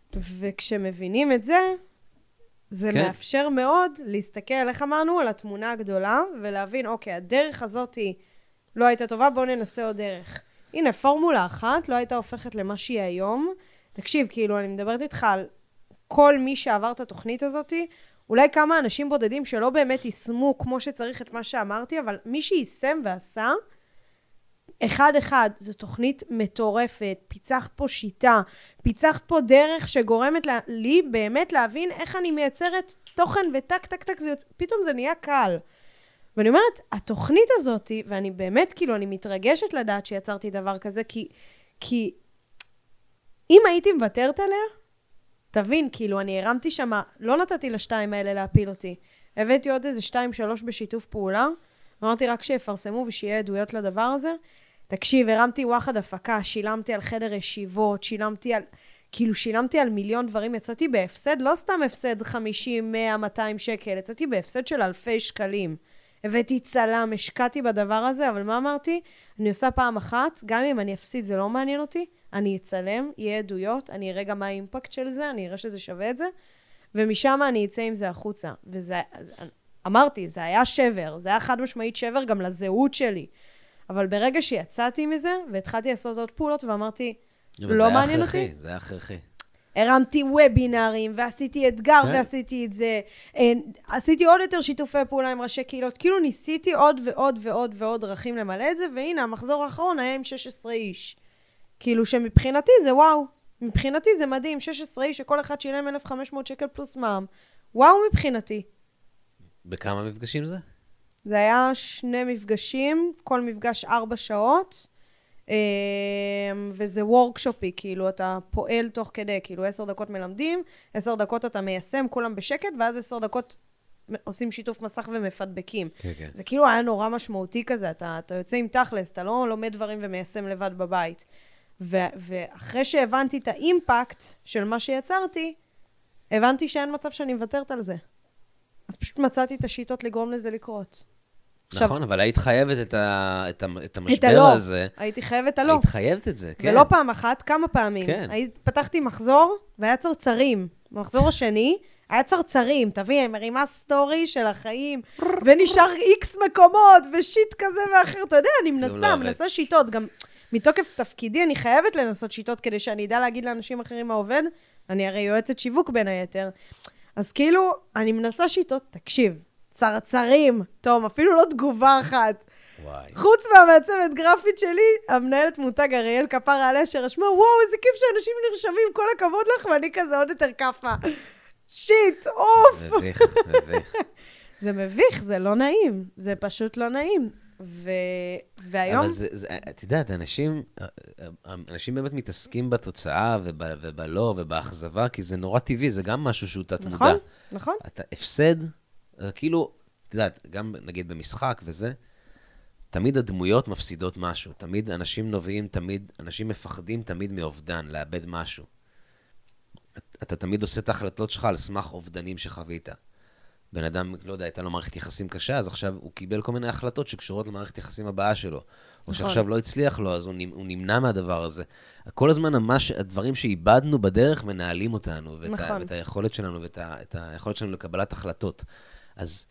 וכשמבינים את זה, זה כן. מאפשר מאוד להסתכל, איך אמרנו, על התמונה הגדולה, ולהבין, אוקיי, הדרך הזאת היא לא הייתה טובה, בואו ננסה עוד דרך. הנה, פורמולה אחת לא הייתה הופכת למה שהיא היום. תקשיב, כאילו, אני מדברת איתך על כל מי שעבר את התוכנית הזאת, אולי כמה אנשים בודדים שלא באמת יישמו כמו שצריך את מה שאמרתי, אבל מי שיישם ועשה, אחד אחד, זו תוכנית מטורפת, פיצחת פה שיטה, פיצחת פה דרך שגורמת לי באמת להבין איך אני מייצרת תוכן וטק טק טק, זה יוצא, פתאום זה נהיה קל. ואני אומרת, התוכנית הזאת, ואני באמת כאילו, אני מתרגשת לדעת שיצרתי דבר כזה, כי, כי אם הייתי מוותרת עליה, תבין, כאילו, אני הרמתי שמה, לא נתתי לשתיים האלה להפיל אותי. הבאתי עוד איזה שתיים, שלוש בשיתוף פעולה, אמרתי רק שיפרסמו ושיהיה עדויות לדבר הזה. תקשיב, הרמתי וואחד הפקה, שילמתי על חדר ישיבות, שילמתי על, כאילו, שילמתי על מיליון דברים, יצאתי בהפסד, לא סתם הפסד חמישים, מאה, מאתיים שקל, יצאתי בהפסד של אלפי שקלים. הבאתי צלם, השקעתי בדבר הזה, אבל מה אמרתי? אני עושה פעם אחת, גם אם אני אפסיד, זה לא מעניין אותי, אני אצלם, יהיה עדויות, אני אראה גם מה האימפקט של זה, אני אראה שזה שווה את זה, ומשם אני אצא עם זה החוצה. וזה, אמרתי, זה היה שבר, זה היה חד משמעית שבר גם לזהות שלי. אבל ברגע שיצאתי מזה, והתחלתי לעשות עוד פעולות, ואמרתי, לא מעניין אותי. זה היה הכרחי. הרמתי וובינרים, ועשיתי אתגר, ועשיתי את זה. עשיתי עוד יותר שיתופי פעולה עם ראשי קהילות. כאילו ניסיתי עוד ועוד ועוד ועוד דרכים למלא את זה, והנה, המחזור האחרון היה עם שש עשרה איש. כאילו שמבחינתי זה וואו. מבחינתי זה מדהים, שש עשרה איש, שכל אחד שילם אלף וחמש מאות שקל פלוס מע"מ. וואו מבחינתי. בכמה מפגשים זה? זה היה שני מפגשים, כל מפגש ארבע שעות, וזה וורקשופי, כאילו אתה פועל תוך כדי, כאילו עשר דקות מלמדים, עשר דקות אתה מיישם, כולם בשקט, ואז עשר דקות עושים שיתוף מסך ומפדבקים. כן, כן. זה כאילו היה נורא משמעותי כזה, אתה, אתה יוצא עם תכלס, אתה לא לומד דברים ומיישם לבד בבית. ו- ואחרי שהבנתי את האימפקט של מה שיצרתי, הבנתי שאין מצב שאני מוותרת על זה. אז פשוט מצאתי את השיטות לגרום לזה לקרות. נכון, עכשיו, אבל היית חייבת את, ה, את, ה, את המשבר את הלא. הזה. הייתי חייבת הלא. היית חייבת את זה, כן. ולא פעם אחת, כמה פעמים. כן. היית, פתחתי מחזור, והיה צרצרים. במחזור השני, היה צרצרים. תביא, מרימה סטורי של החיים, ונשאר איקס מקומות, ושיט כזה ואחר. אתה יודע, אני מנסה, מנסה שיטות. גם מתוקף תפקידי, אני חייבת לנסות שיטות, כדי שאני אדע להגיד לאנשים אחרים מה עובד. אני הרי יועצת שיווק בין היתר. אז כאילו, אני מנסה שיטות, תקשיב, צרצרים, טוב, אפילו לא תגובה אחת. וואי. חוץ מהמעצבת גרפית שלי, המנהלת מותג אריאל כפרה עליה שרשמה, וואו, איזה כיף שאנשים נרשמים, כל הכבוד לך, ואני כזה עוד יותר כפה. שיט, אוף. מביך, מביך. זה מביך, זה לא נעים, זה פשוט לא נעים. ו... והיום... אבל זה, זה, את יודעת, אנשים, אנשים באמת מתעסקים בתוצאה וב, ובלא ובאכזבה, כי זה נורא טבעי, זה גם משהו שהוא תת מודע. נכון, נכון. אתה הפסד, כאילו, את יודעת, גם נגיד במשחק וזה, תמיד הדמויות מפסידות משהו, תמיד אנשים נובעים, תמיד, אנשים מפחדים תמיד מאובדן, לאבד משהו. אתה תמיד עושה את ההחלטות שלך על סמך אובדנים שחווית. בן אדם, לא יודע, הייתה לו מערכת יחסים קשה, אז עכשיו הוא קיבל כל מיני החלטות שקשורות למערכת יחסים הבאה שלו. או נכון. שעכשיו לא הצליח לו, אז הוא נמנע מהדבר הזה. כל הזמן ממש, הדברים שאיבדנו בדרך מנהלים אותנו, ואת, נכון. ה, ואת היכולת שלנו, ואת ה, את היכולת שלנו לקבלת החלטות. אז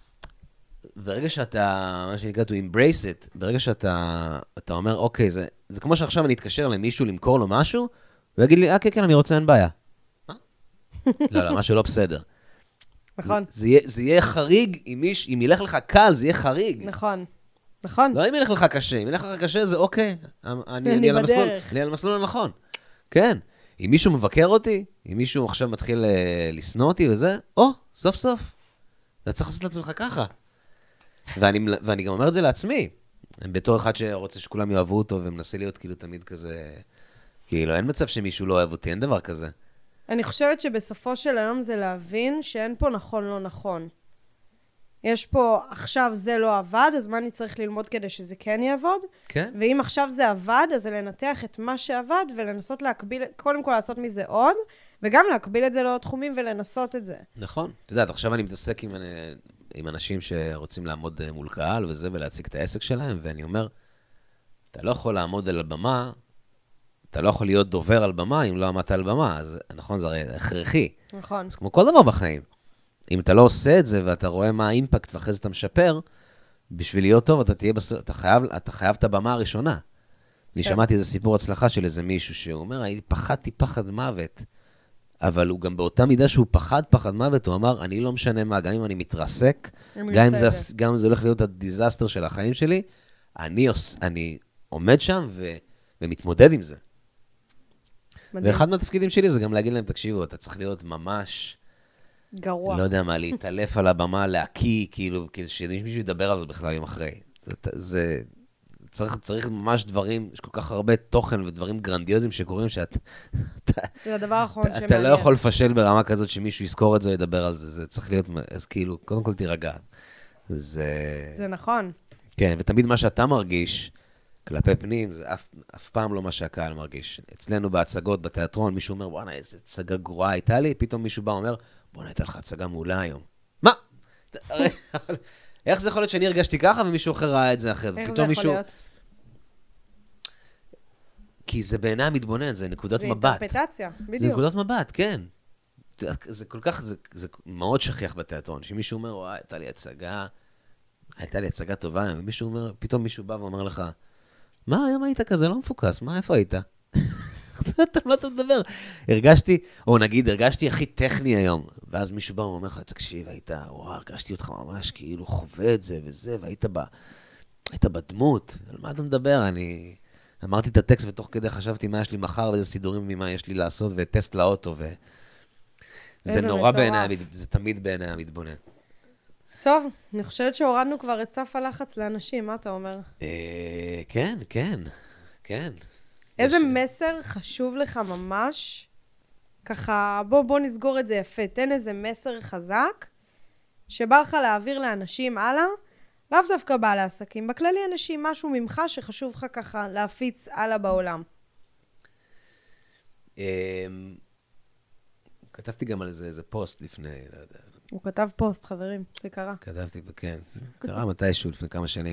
ברגע שאתה, מה שנקרא, to embrace it, ברגע שאתה אתה אומר, אוקיי, זה, זה כמו שעכשיו אני אתקשר למישהו למכור לו משהו, הוא יגיד לי, אה, כן, כן, אני רוצה, אין בעיה. מה? לא, לא, משהו לא בסדר. נכון. זה, זה, יהיה, זה יהיה חריג, אם, מיש, אם ילך לך קל, זה יהיה חריג. נכון, נכון. לא אם ילך לך קשה, אם ילך לך קשה, זה אוקיי. אני, אני, אני, על, המסלול, אני על המסלול הנכון. כן. אם מישהו מבקר אותי, אם מישהו עכשיו מתחיל לסנוע אותי וזה, או, סוף סוף. אתה צריך לעשות לעצמך ככה. ואני, ואני גם אומר את זה לעצמי. בתור אחד שרוצה שכולם יאהבו אותו, ומנסה להיות כאילו תמיד כזה, כאילו אין מצב שמישהו לא אוהב אותי, אין דבר כזה. אני חושבת שבסופו של היום זה להבין שאין פה נכון לא נכון. יש פה, עכשיו זה לא עבד, אז מה אני צריך ללמוד כדי שזה כן יעבוד? כן. ואם עכשיו זה עבד, אז זה לנתח את מה שעבד, ולנסות להקביל, קודם כל לעשות מזה עוד, וגם להקביל את זה לעוד תחומים ולנסות את זה. נכון. אתה יודעת, עכשיו אני מתעסק עם, עם אנשים שרוצים לעמוד מול קהל וזה, ולהציג את העסק שלהם, ואני אומר, אתה לא יכול לעמוד על הבמה, אתה לא יכול להיות דובר על במה אם לא עמדת על במה, אז נכון, זה הרי הכרחי. נכון. אז כמו כל דבר בחיים. אם אתה לא עושה את זה ואתה רואה מה האימפקט ואחרי זה אתה משפר, בשביל להיות טוב אתה תהיה בסרט, אתה חייב, אתה חייב את הבמה הראשונה. אני שמעתי איזה סיפור הצלחה של איזה מישהו שהוא אומר, הייתי פחדתי פחד מוות, אבל הוא גם באותה מידה שהוא פחד פחד מוות, הוא אמר, אני לא משנה מה, גם אם אני מתרסק, גם אם, זה, גם אם זה הולך להיות הדיזסטר של החיים שלי, אני, אני עומד שם ו, ומתמודד עם זה. מדהים. ואחד מהתפקידים שלי זה גם להגיד להם, תקשיבו, אתה צריך להיות ממש... גרוע. לא יודע מה, להתעלף על הבמה, להקיא, כאילו, כדי שמישהו ידבר על זה בכלל יום אחרי. זה... צריך, צריך ממש דברים, יש כל כך הרבה תוכן ודברים גרנדיוזיים שקורים שאת... זה הדבר האחרון שמעניין. אתה לא יכול לפשל ברמה כזאת שמישהו יזכור את זה וידבר על זה, זה צריך להיות, אז כאילו, קודם כל תירגע. זה... זה נכון. כן, ותמיד מה שאתה מרגיש, כלפי פנים, זה אף, אף פעם לא מה שהקהל מרגיש. אצלנו בהצגות, בתיאטרון, מישהו אומר, בוא'נה, איזה הצגה גרועה הייתה לי, פתאום מישהו בא ואומר, בוא'נה, הייתה לך הצגה מעולה היום. מה? איך זה יכול להיות שאני הרגשתי ככה ומישהו אחר ראה את זה אחרת? איך זה יכול מישהו... להיות? כי זה בעיני המתבונן, זה נקודת זה מבט. זה אינטרפטציה, בדיוק. זה נקודת מבט, כן. זה כל כך, זה, זה מאוד שכיח בתיאטרון, שמישהו אומר, וואי, הייתה לי הצגה, הייתה לי הצגה טובה, ומישהו אומר, פתאום מישהו בא ואומר לך, מה, היום היית כזה לא מפוקס, מה, איפה היית? אתה לא אתה מדבר. הרגשתי, או נגיד, הרגשתי הכי טכני היום, ואז מישהו בא ואומר לך, תקשיב, היית, וואו, הרגשתי אותך ממש כאילו חווה את זה וזה, והיית ב, היית בדמות. על מה אתה מדבר? אני אמרתי את הטקסט ותוך כדי חשבתי מה יש לי מחר, ואיזה סידורים ממה יש לי לעשות, וטסט לאוטו, ו... זה נורא בעיניי, זה תמיד בעיניי המתבונן. טוב, אני חושבת שהורדנו כבר את סף הלחץ לאנשים, מה אתה אומר? כן, כן, כן. איזה מסר חשוב לך ממש? ככה, בוא, בוא נסגור את זה יפה. תן איזה מסר חזק, שבא לך להעביר לאנשים הלאה, לאו דווקא בעלי עסקים. בכללי אנשים, משהו ממך שחשוב לך ככה להפיץ הלאה בעולם. כתבתי גם על איזה פוסט לפני, לא יודע. הוא כתב פוסט, חברים, זה קרה. כתבתי, כן, זה קרה מתישהו לפני כמה שנים.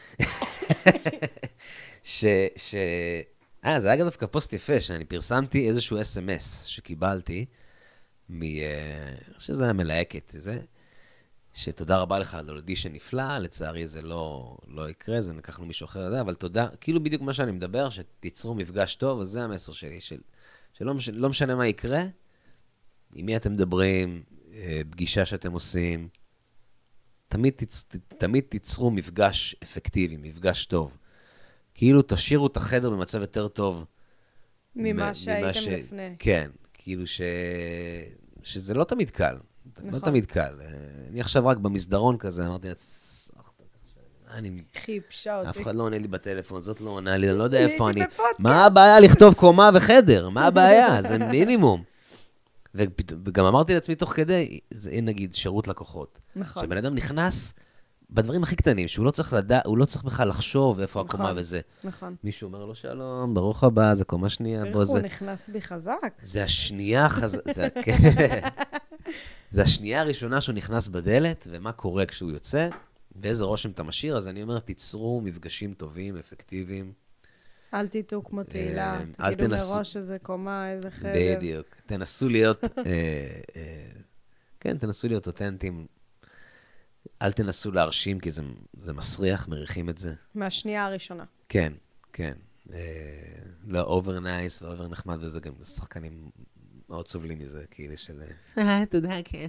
ש... ש... אה, זה היה גם דווקא פוסט יפה, שאני פרסמתי איזשהו אס אם אס שקיבלתי, מ... אני חושב שזה היה מלהקת, זה, שתודה רבה לך על אודישן נפלא, לצערי זה לא, לא יקרה, זה לקחנו מישהו אחר לדעת, אבל תודה, כאילו בדיוק מה שאני מדבר, שתיצרו מפגש טוב, אז זה המסר שלי, של... שלא משנה, לא משנה מה יקרה, עם מי אתם מדברים, פגישה שאתם עושים, תמיד, תצ... תמיד תיצרו מפגש אפקטיבי, מפגש טוב. כאילו תשאירו את החדר במצב יותר טוב. ממה שהייתם ש... לפני. כן, כאילו ש... שזה לא תמיד קל. נכון. לא תמיד קל. אני עכשיו רק במסדרון כזה, אמרתי, אני... חיפשה אותי. אף אחד לא עונה לי בטלפון, זאת לא עונה לי, אני לא יודע איפה אני... מה הבעיה לכתוב קומה וחדר? מה הבעיה? זה מינימום. וגם אמרתי לעצמי תוך כדי, זה נגיד שירות לקוחות. נכון. שבן אדם נכנס בדברים הכי קטנים, שהוא לא צריך לדע, הוא לא צריך בכלל לחשוב איפה נכון, הקומה וזה. נכון. מישהו אומר לו שלום, ברוך הבא, זה קומה שנייה, בוא זה. איך הוא נכנס בי חזק? זה השנייה חזק, זה, זה השנייה הראשונה שהוא נכנס בדלת, ומה קורה כשהוא יוצא, ואיזה רושם אתה משאיר, אז אני אומר, תיצרו מפגשים טובים, אפקטיביים. אל תיתו כמו תהילה, תגידו מראש איזה קומה, איזה חדר. בדיוק, תנסו להיות, כן, תנסו להיות אותנטיים, אל תנסו להרשים, כי זה מסריח, מריחים את זה. מהשנייה הראשונה. כן, כן. לא, אובר נייס ואובר נחמד, וזה גם שחקנים מאוד סובלים מזה, כאילו של... תודה, כן.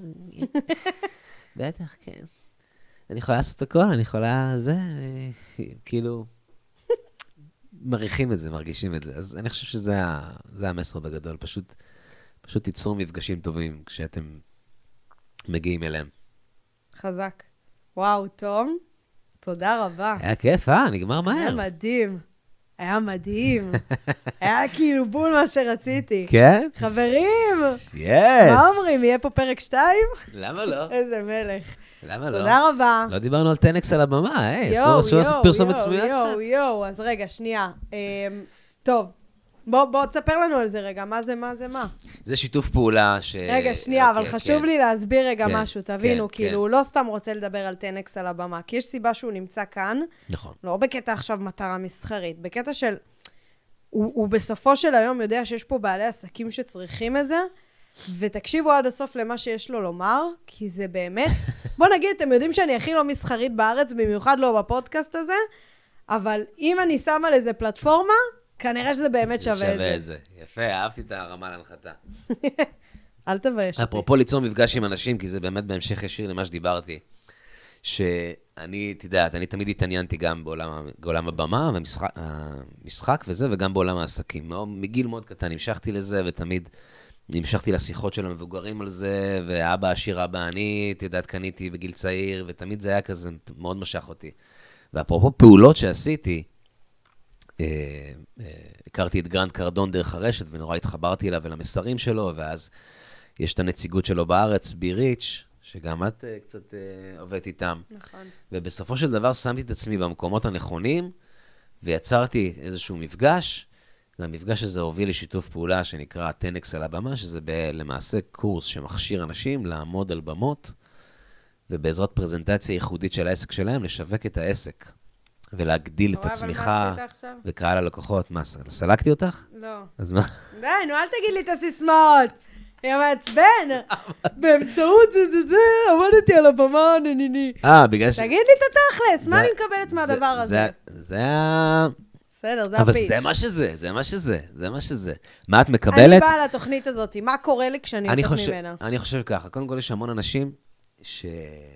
בטח, כן. אני יכולה לעשות הכל, אני יכולה זה, כאילו... מריחים את זה, מרגישים את זה. אז אני חושב שזה זה המסר בגדול. פשוט, פשוט תיצרו מפגשים טובים כשאתם מגיעים אליהם. חזק. וואו, תום, תודה רבה. היה כיף, אה? נגמר מהר. היה מדהים. היה מדהים. היה כאילו בול מה שרציתי. כן? חברים! יס! מה אומרים? יהיה פה פרק שתיים? למה לא? איזה מלך. למה לא? תודה רבה. לא דיברנו על טנקס על הבמה, היי, אסור לעשות פרסומת סמויה קצת. יואו, יואו, אז רגע, שנייה. טוב, בוא תספר לנו על זה רגע, מה זה, מה זה, מה? זה שיתוף פעולה ש... רגע, שנייה, אבל חשוב לי להסביר רגע משהו, תבינו, כאילו, הוא לא סתם רוצה לדבר על טנקס על הבמה, כי יש סיבה שהוא נמצא כאן, נכון. לא בקטע עכשיו מטרה מסחרית, בקטע של... הוא, הוא בסופו של היום יודע שיש פה בעלי עסקים שצריכים את זה, ותקשיבו עד הסוף למה שיש לו לומר, כי זה באמת, בוא נגיד, אתם יודעים שאני הכי לא מסחרית בארץ, במיוחד לא בפודקאסט הזה, אבל אם אני שמה לזה פלטפורמה, כנראה שזה באמת שווה, שווה את זה. שווה את זה. יפה, אהבתי את הרמה להנחתה. אל תבייש אותי. אפרופו ליצור מפגש עם אנשים, כי זה באמת בהמשך ישיר למה שדיברתי, שאני, תדעת, אני תמיד התעניינתי גם בעולם, בעולם הבמה, המשחק וזה, וגם בעולם העסקים. מגיל מאוד קטן המשכתי לזה, ותמיד המשכתי לשיחות של המבוגרים על זה, ואבא עשיר, אבא אני, תדעת, קניתי בגיל צעיר, ותמיד זה היה כזה, מאוד משך אותי. ואפרופו פעולות שעשיתי, הכרתי את גרנד קרדון דרך הרשת, ונורא התחברתי אליו ולמסרים שלו, ואז יש את הנציגות שלו בארץ, ביריץ', שגם את קצת עובדת איתם. נכון. ובסופו של דבר שמתי את עצמי במקומות הנכונים, ויצרתי איזשהו מפגש, והמפגש הזה הוביל לשיתוף פעולה שנקרא טנקס על הבמה, שזה למעשה קורס שמכשיר אנשים לעמוד על במות, ובעזרת פרזנטציה ייחודית של העסק שלהם, לשווק את העסק, ולהגדיל את הצמיחה, וקהל הלקוחות. מה, סלקתי אותך? לא. אז מה? די, נו, אל תגיד לי את הסיסמאות. יא מעצבן. באמצעות זה זה זה, עמדתי על הבמה, נניני. אה, בגלל ש... תגיד לי את התכלס, מה אני מקבלת מהדבר הזה? זה ה... בסדר, זה הפיץ'. אבל זה מה שזה, זה מה שזה, זה מה שזה. מה את מקבלת? אני באה לתוכנית הזאת, מה קורה לי כשאני יוצאת ממנה? אני חושב ככה, קודם כל יש המון אנשים שהם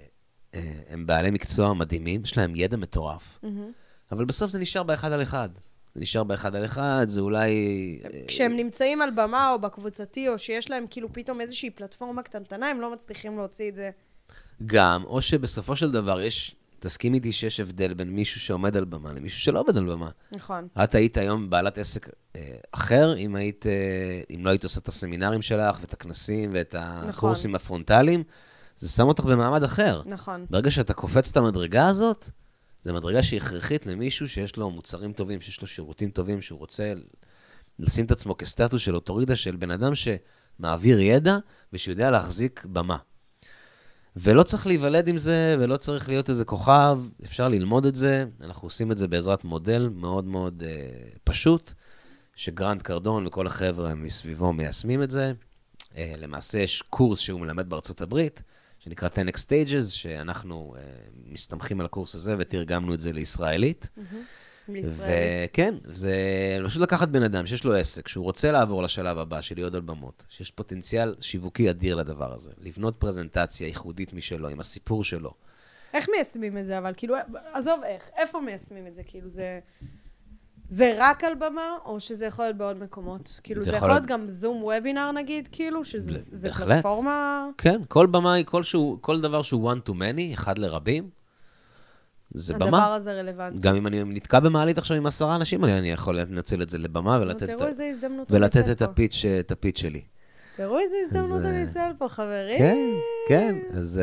בעלי מקצוע מדהימים, יש להם ידע מטורף, אבל בסוף זה נשאר באחד על אחד. זה נשאר באחד על אחד, זה אולי... כשהם נמצאים על במה או בקבוצתי, או שיש להם כאילו פתאום איזושהי פלטפורמה קטנטנה, הם לא מצליחים להוציא את זה. גם, או שבסופו של דבר יש... תסכים איתי שיש הבדל בין מישהו שעומד על במה למישהו שלא עומד על במה. נכון. את היית היום בעלת עסק אה, אחר, אם, היית, אה, אם לא היית עושה את הסמינרים שלך ואת הכנסים ואת הקורסים נכון. הפרונטליים, זה שם אותך במעמד אחר. נכון. ברגע שאתה קופץ את המדרגה הזאת, זו מדרגה שהיא הכרחית למישהו שיש לו מוצרים טובים, שיש לו שירותים טובים, שהוא רוצה לשים את עצמו כסטטוס של אוטורידה של בן אדם שמעביר ידע ושיודע להחזיק במה. ולא צריך להיוולד עם זה, ולא צריך להיות איזה כוכב, אפשר ללמוד את זה, אנחנו עושים את זה בעזרת מודל מאוד מאוד אה, פשוט, שגרנד קרדון וכל החבר'ה מסביבו מיישמים את זה. אה, למעשה יש קורס שהוא מלמד בארצות הברית, שנקרא ten x Stages, שאנחנו אה, מסתמכים על הקורס הזה, ותרגמנו את זה לישראלית. Mm-hmm. וכן, זה פשוט לקחת בן אדם שיש לו עסק, שהוא רוצה לעבור לשלב הבא של להיות על במות, שיש פוטנציאל שיווקי אדיר לדבר הזה, לבנות פרזנטציה ייחודית משלו, עם הסיפור שלו. איך מיישמים את זה? אבל כאילו, עזוב איך, איפה מיישמים את זה? כאילו זה, זה רק על במה, או שזה יכול להיות בעוד מקומות? כאילו זה יכול להיות גם זום וובינר נגיד, כאילו, שזה פלטפורמה... כן, כל במה, כל דבר שהוא one to many, אחד לרבים, זה הדבר במה. הזה רלוונטי. גם אם אני נתקע במעלית עכשיו עם עשרה אנשים, אני יכול לנצל את זה לבמה ולתת, תראו איזה הזדמנות ולתת את הפיץ', את הפיץ' שלי. תראו איזה הזדמנות אני אצל פה, חברים. כן, כן. אז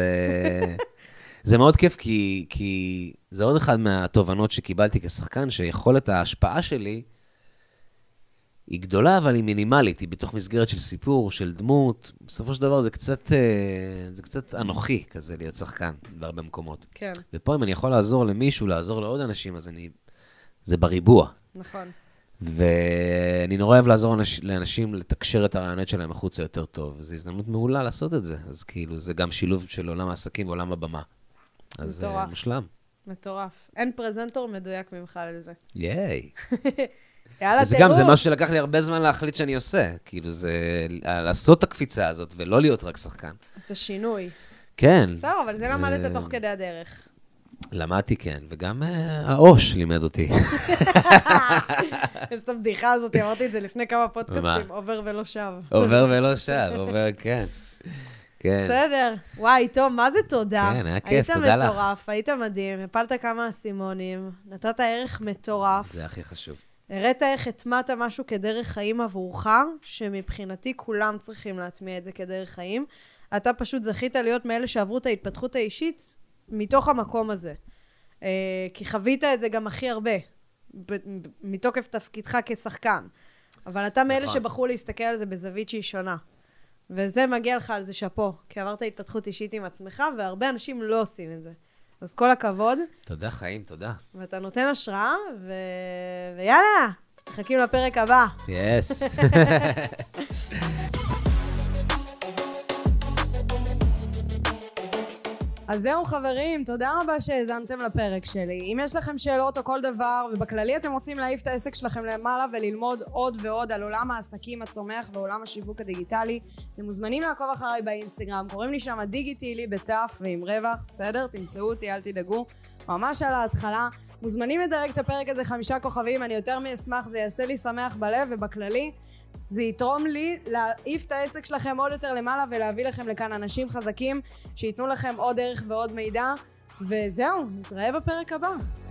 זה מאוד כיף, כי, כי זה עוד אחד מהתובנות שקיבלתי כשחקן, שיכולת ההשפעה שלי היא גדולה, אבל היא מינימלית, היא בתוך מסגרת של סיפור, של דמות. בסופו של דבר זה קצת, זה קצת אנוכי כזה להיות שחקן בהרבה מקומות. כן. ופה אם אני יכול לעזור למישהו, לעזור לעוד אנשים, אז אני, זה בריבוע. נכון. ואני נורא אוהב לעזור לאנשים לתקשר את הרעיונות שלהם החוצה יותר טוב. זו הזדמנות מעולה לעשות את זה. אז כאילו, זה גם שילוב של עולם העסקים ועולם הבמה. אז זה מושלם. מטורף. אין פרזנטור מדויק ממך לזה. ייי. יאללה, זה גם, זה משהו שלקח לי הרבה זמן להחליט שאני עושה. כאילו, זה לעשות את הקפיצה הזאת, ולא להיות רק שחקן. את השינוי. כן. בסדר, אבל זה למדת תוך כדי הדרך. למדתי, כן, וגם האוש לימד אותי. יש את הבדיחה הזאת, אמרתי את זה לפני כמה פודקאסטים, עובר ולא שב. עובר ולא שב, עובר, כן. בסדר. וואי, טוב, מה זה תודה? כן, היה כיף, תודה לך. היית מטורף, היית מדהים, הפלת כמה אסימונים, נתת ערך מטורף. זה הכי חשוב. הראת איך הטמעת משהו כדרך חיים עבורך, שמבחינתי כולם צריכים להטמיע את זה כדרך חיים. אתה פשוט זכית להיות מאלה שעברו את ההתפתחות האישית מתוך המקום הזה. כי חווית את זה גם הכי הרבה, מתוקף תפקידך כשחקן. אבל אתה מאלה שבחרו להסתכל על זה בזווית שהיא שונה. וזה מגיע לך על זה שפו, כי עברת התפתחות אישית עם עצמך, והרבה אנשים לא עושים את זה. אז כל הכבוד. תודה, חיים, תודה. ואתה נותן השראה, ו... ויאללה, מחכים לפרק הבא. יס. אז זהו חברים, תודה רבה שהאזנתם לפרק שלי. אם יש לכם שאלות או כל דבר, ובכללי אתם רוצים להעיף את העסק שלכם למעלה וללמוד עוד ועוד על עולם העסקים הצומח ועולם השיווק הדיגיטלי, אתם מוזמנים לעקוב אחריי באינסטגרם, קוראים לי שם דיגיטילי בתף ועם רווח, בסדר? תמצאו אותי, אל תדאגו. ממש על ההתחלה. מוזמנים לדרג את הפרק הזה חמישה כוכבים, אני יותר מאשמח, זה יעשה לי שמח בלב, ובכללי זה יתרום לי להעיף את העסק שלכם עוד יותר למעלה ולהביא לכם לכאן אנשים חזקים שיתנו לכם עוד ערך ועוד מידע, וזהו, נתראה בפרק הבא.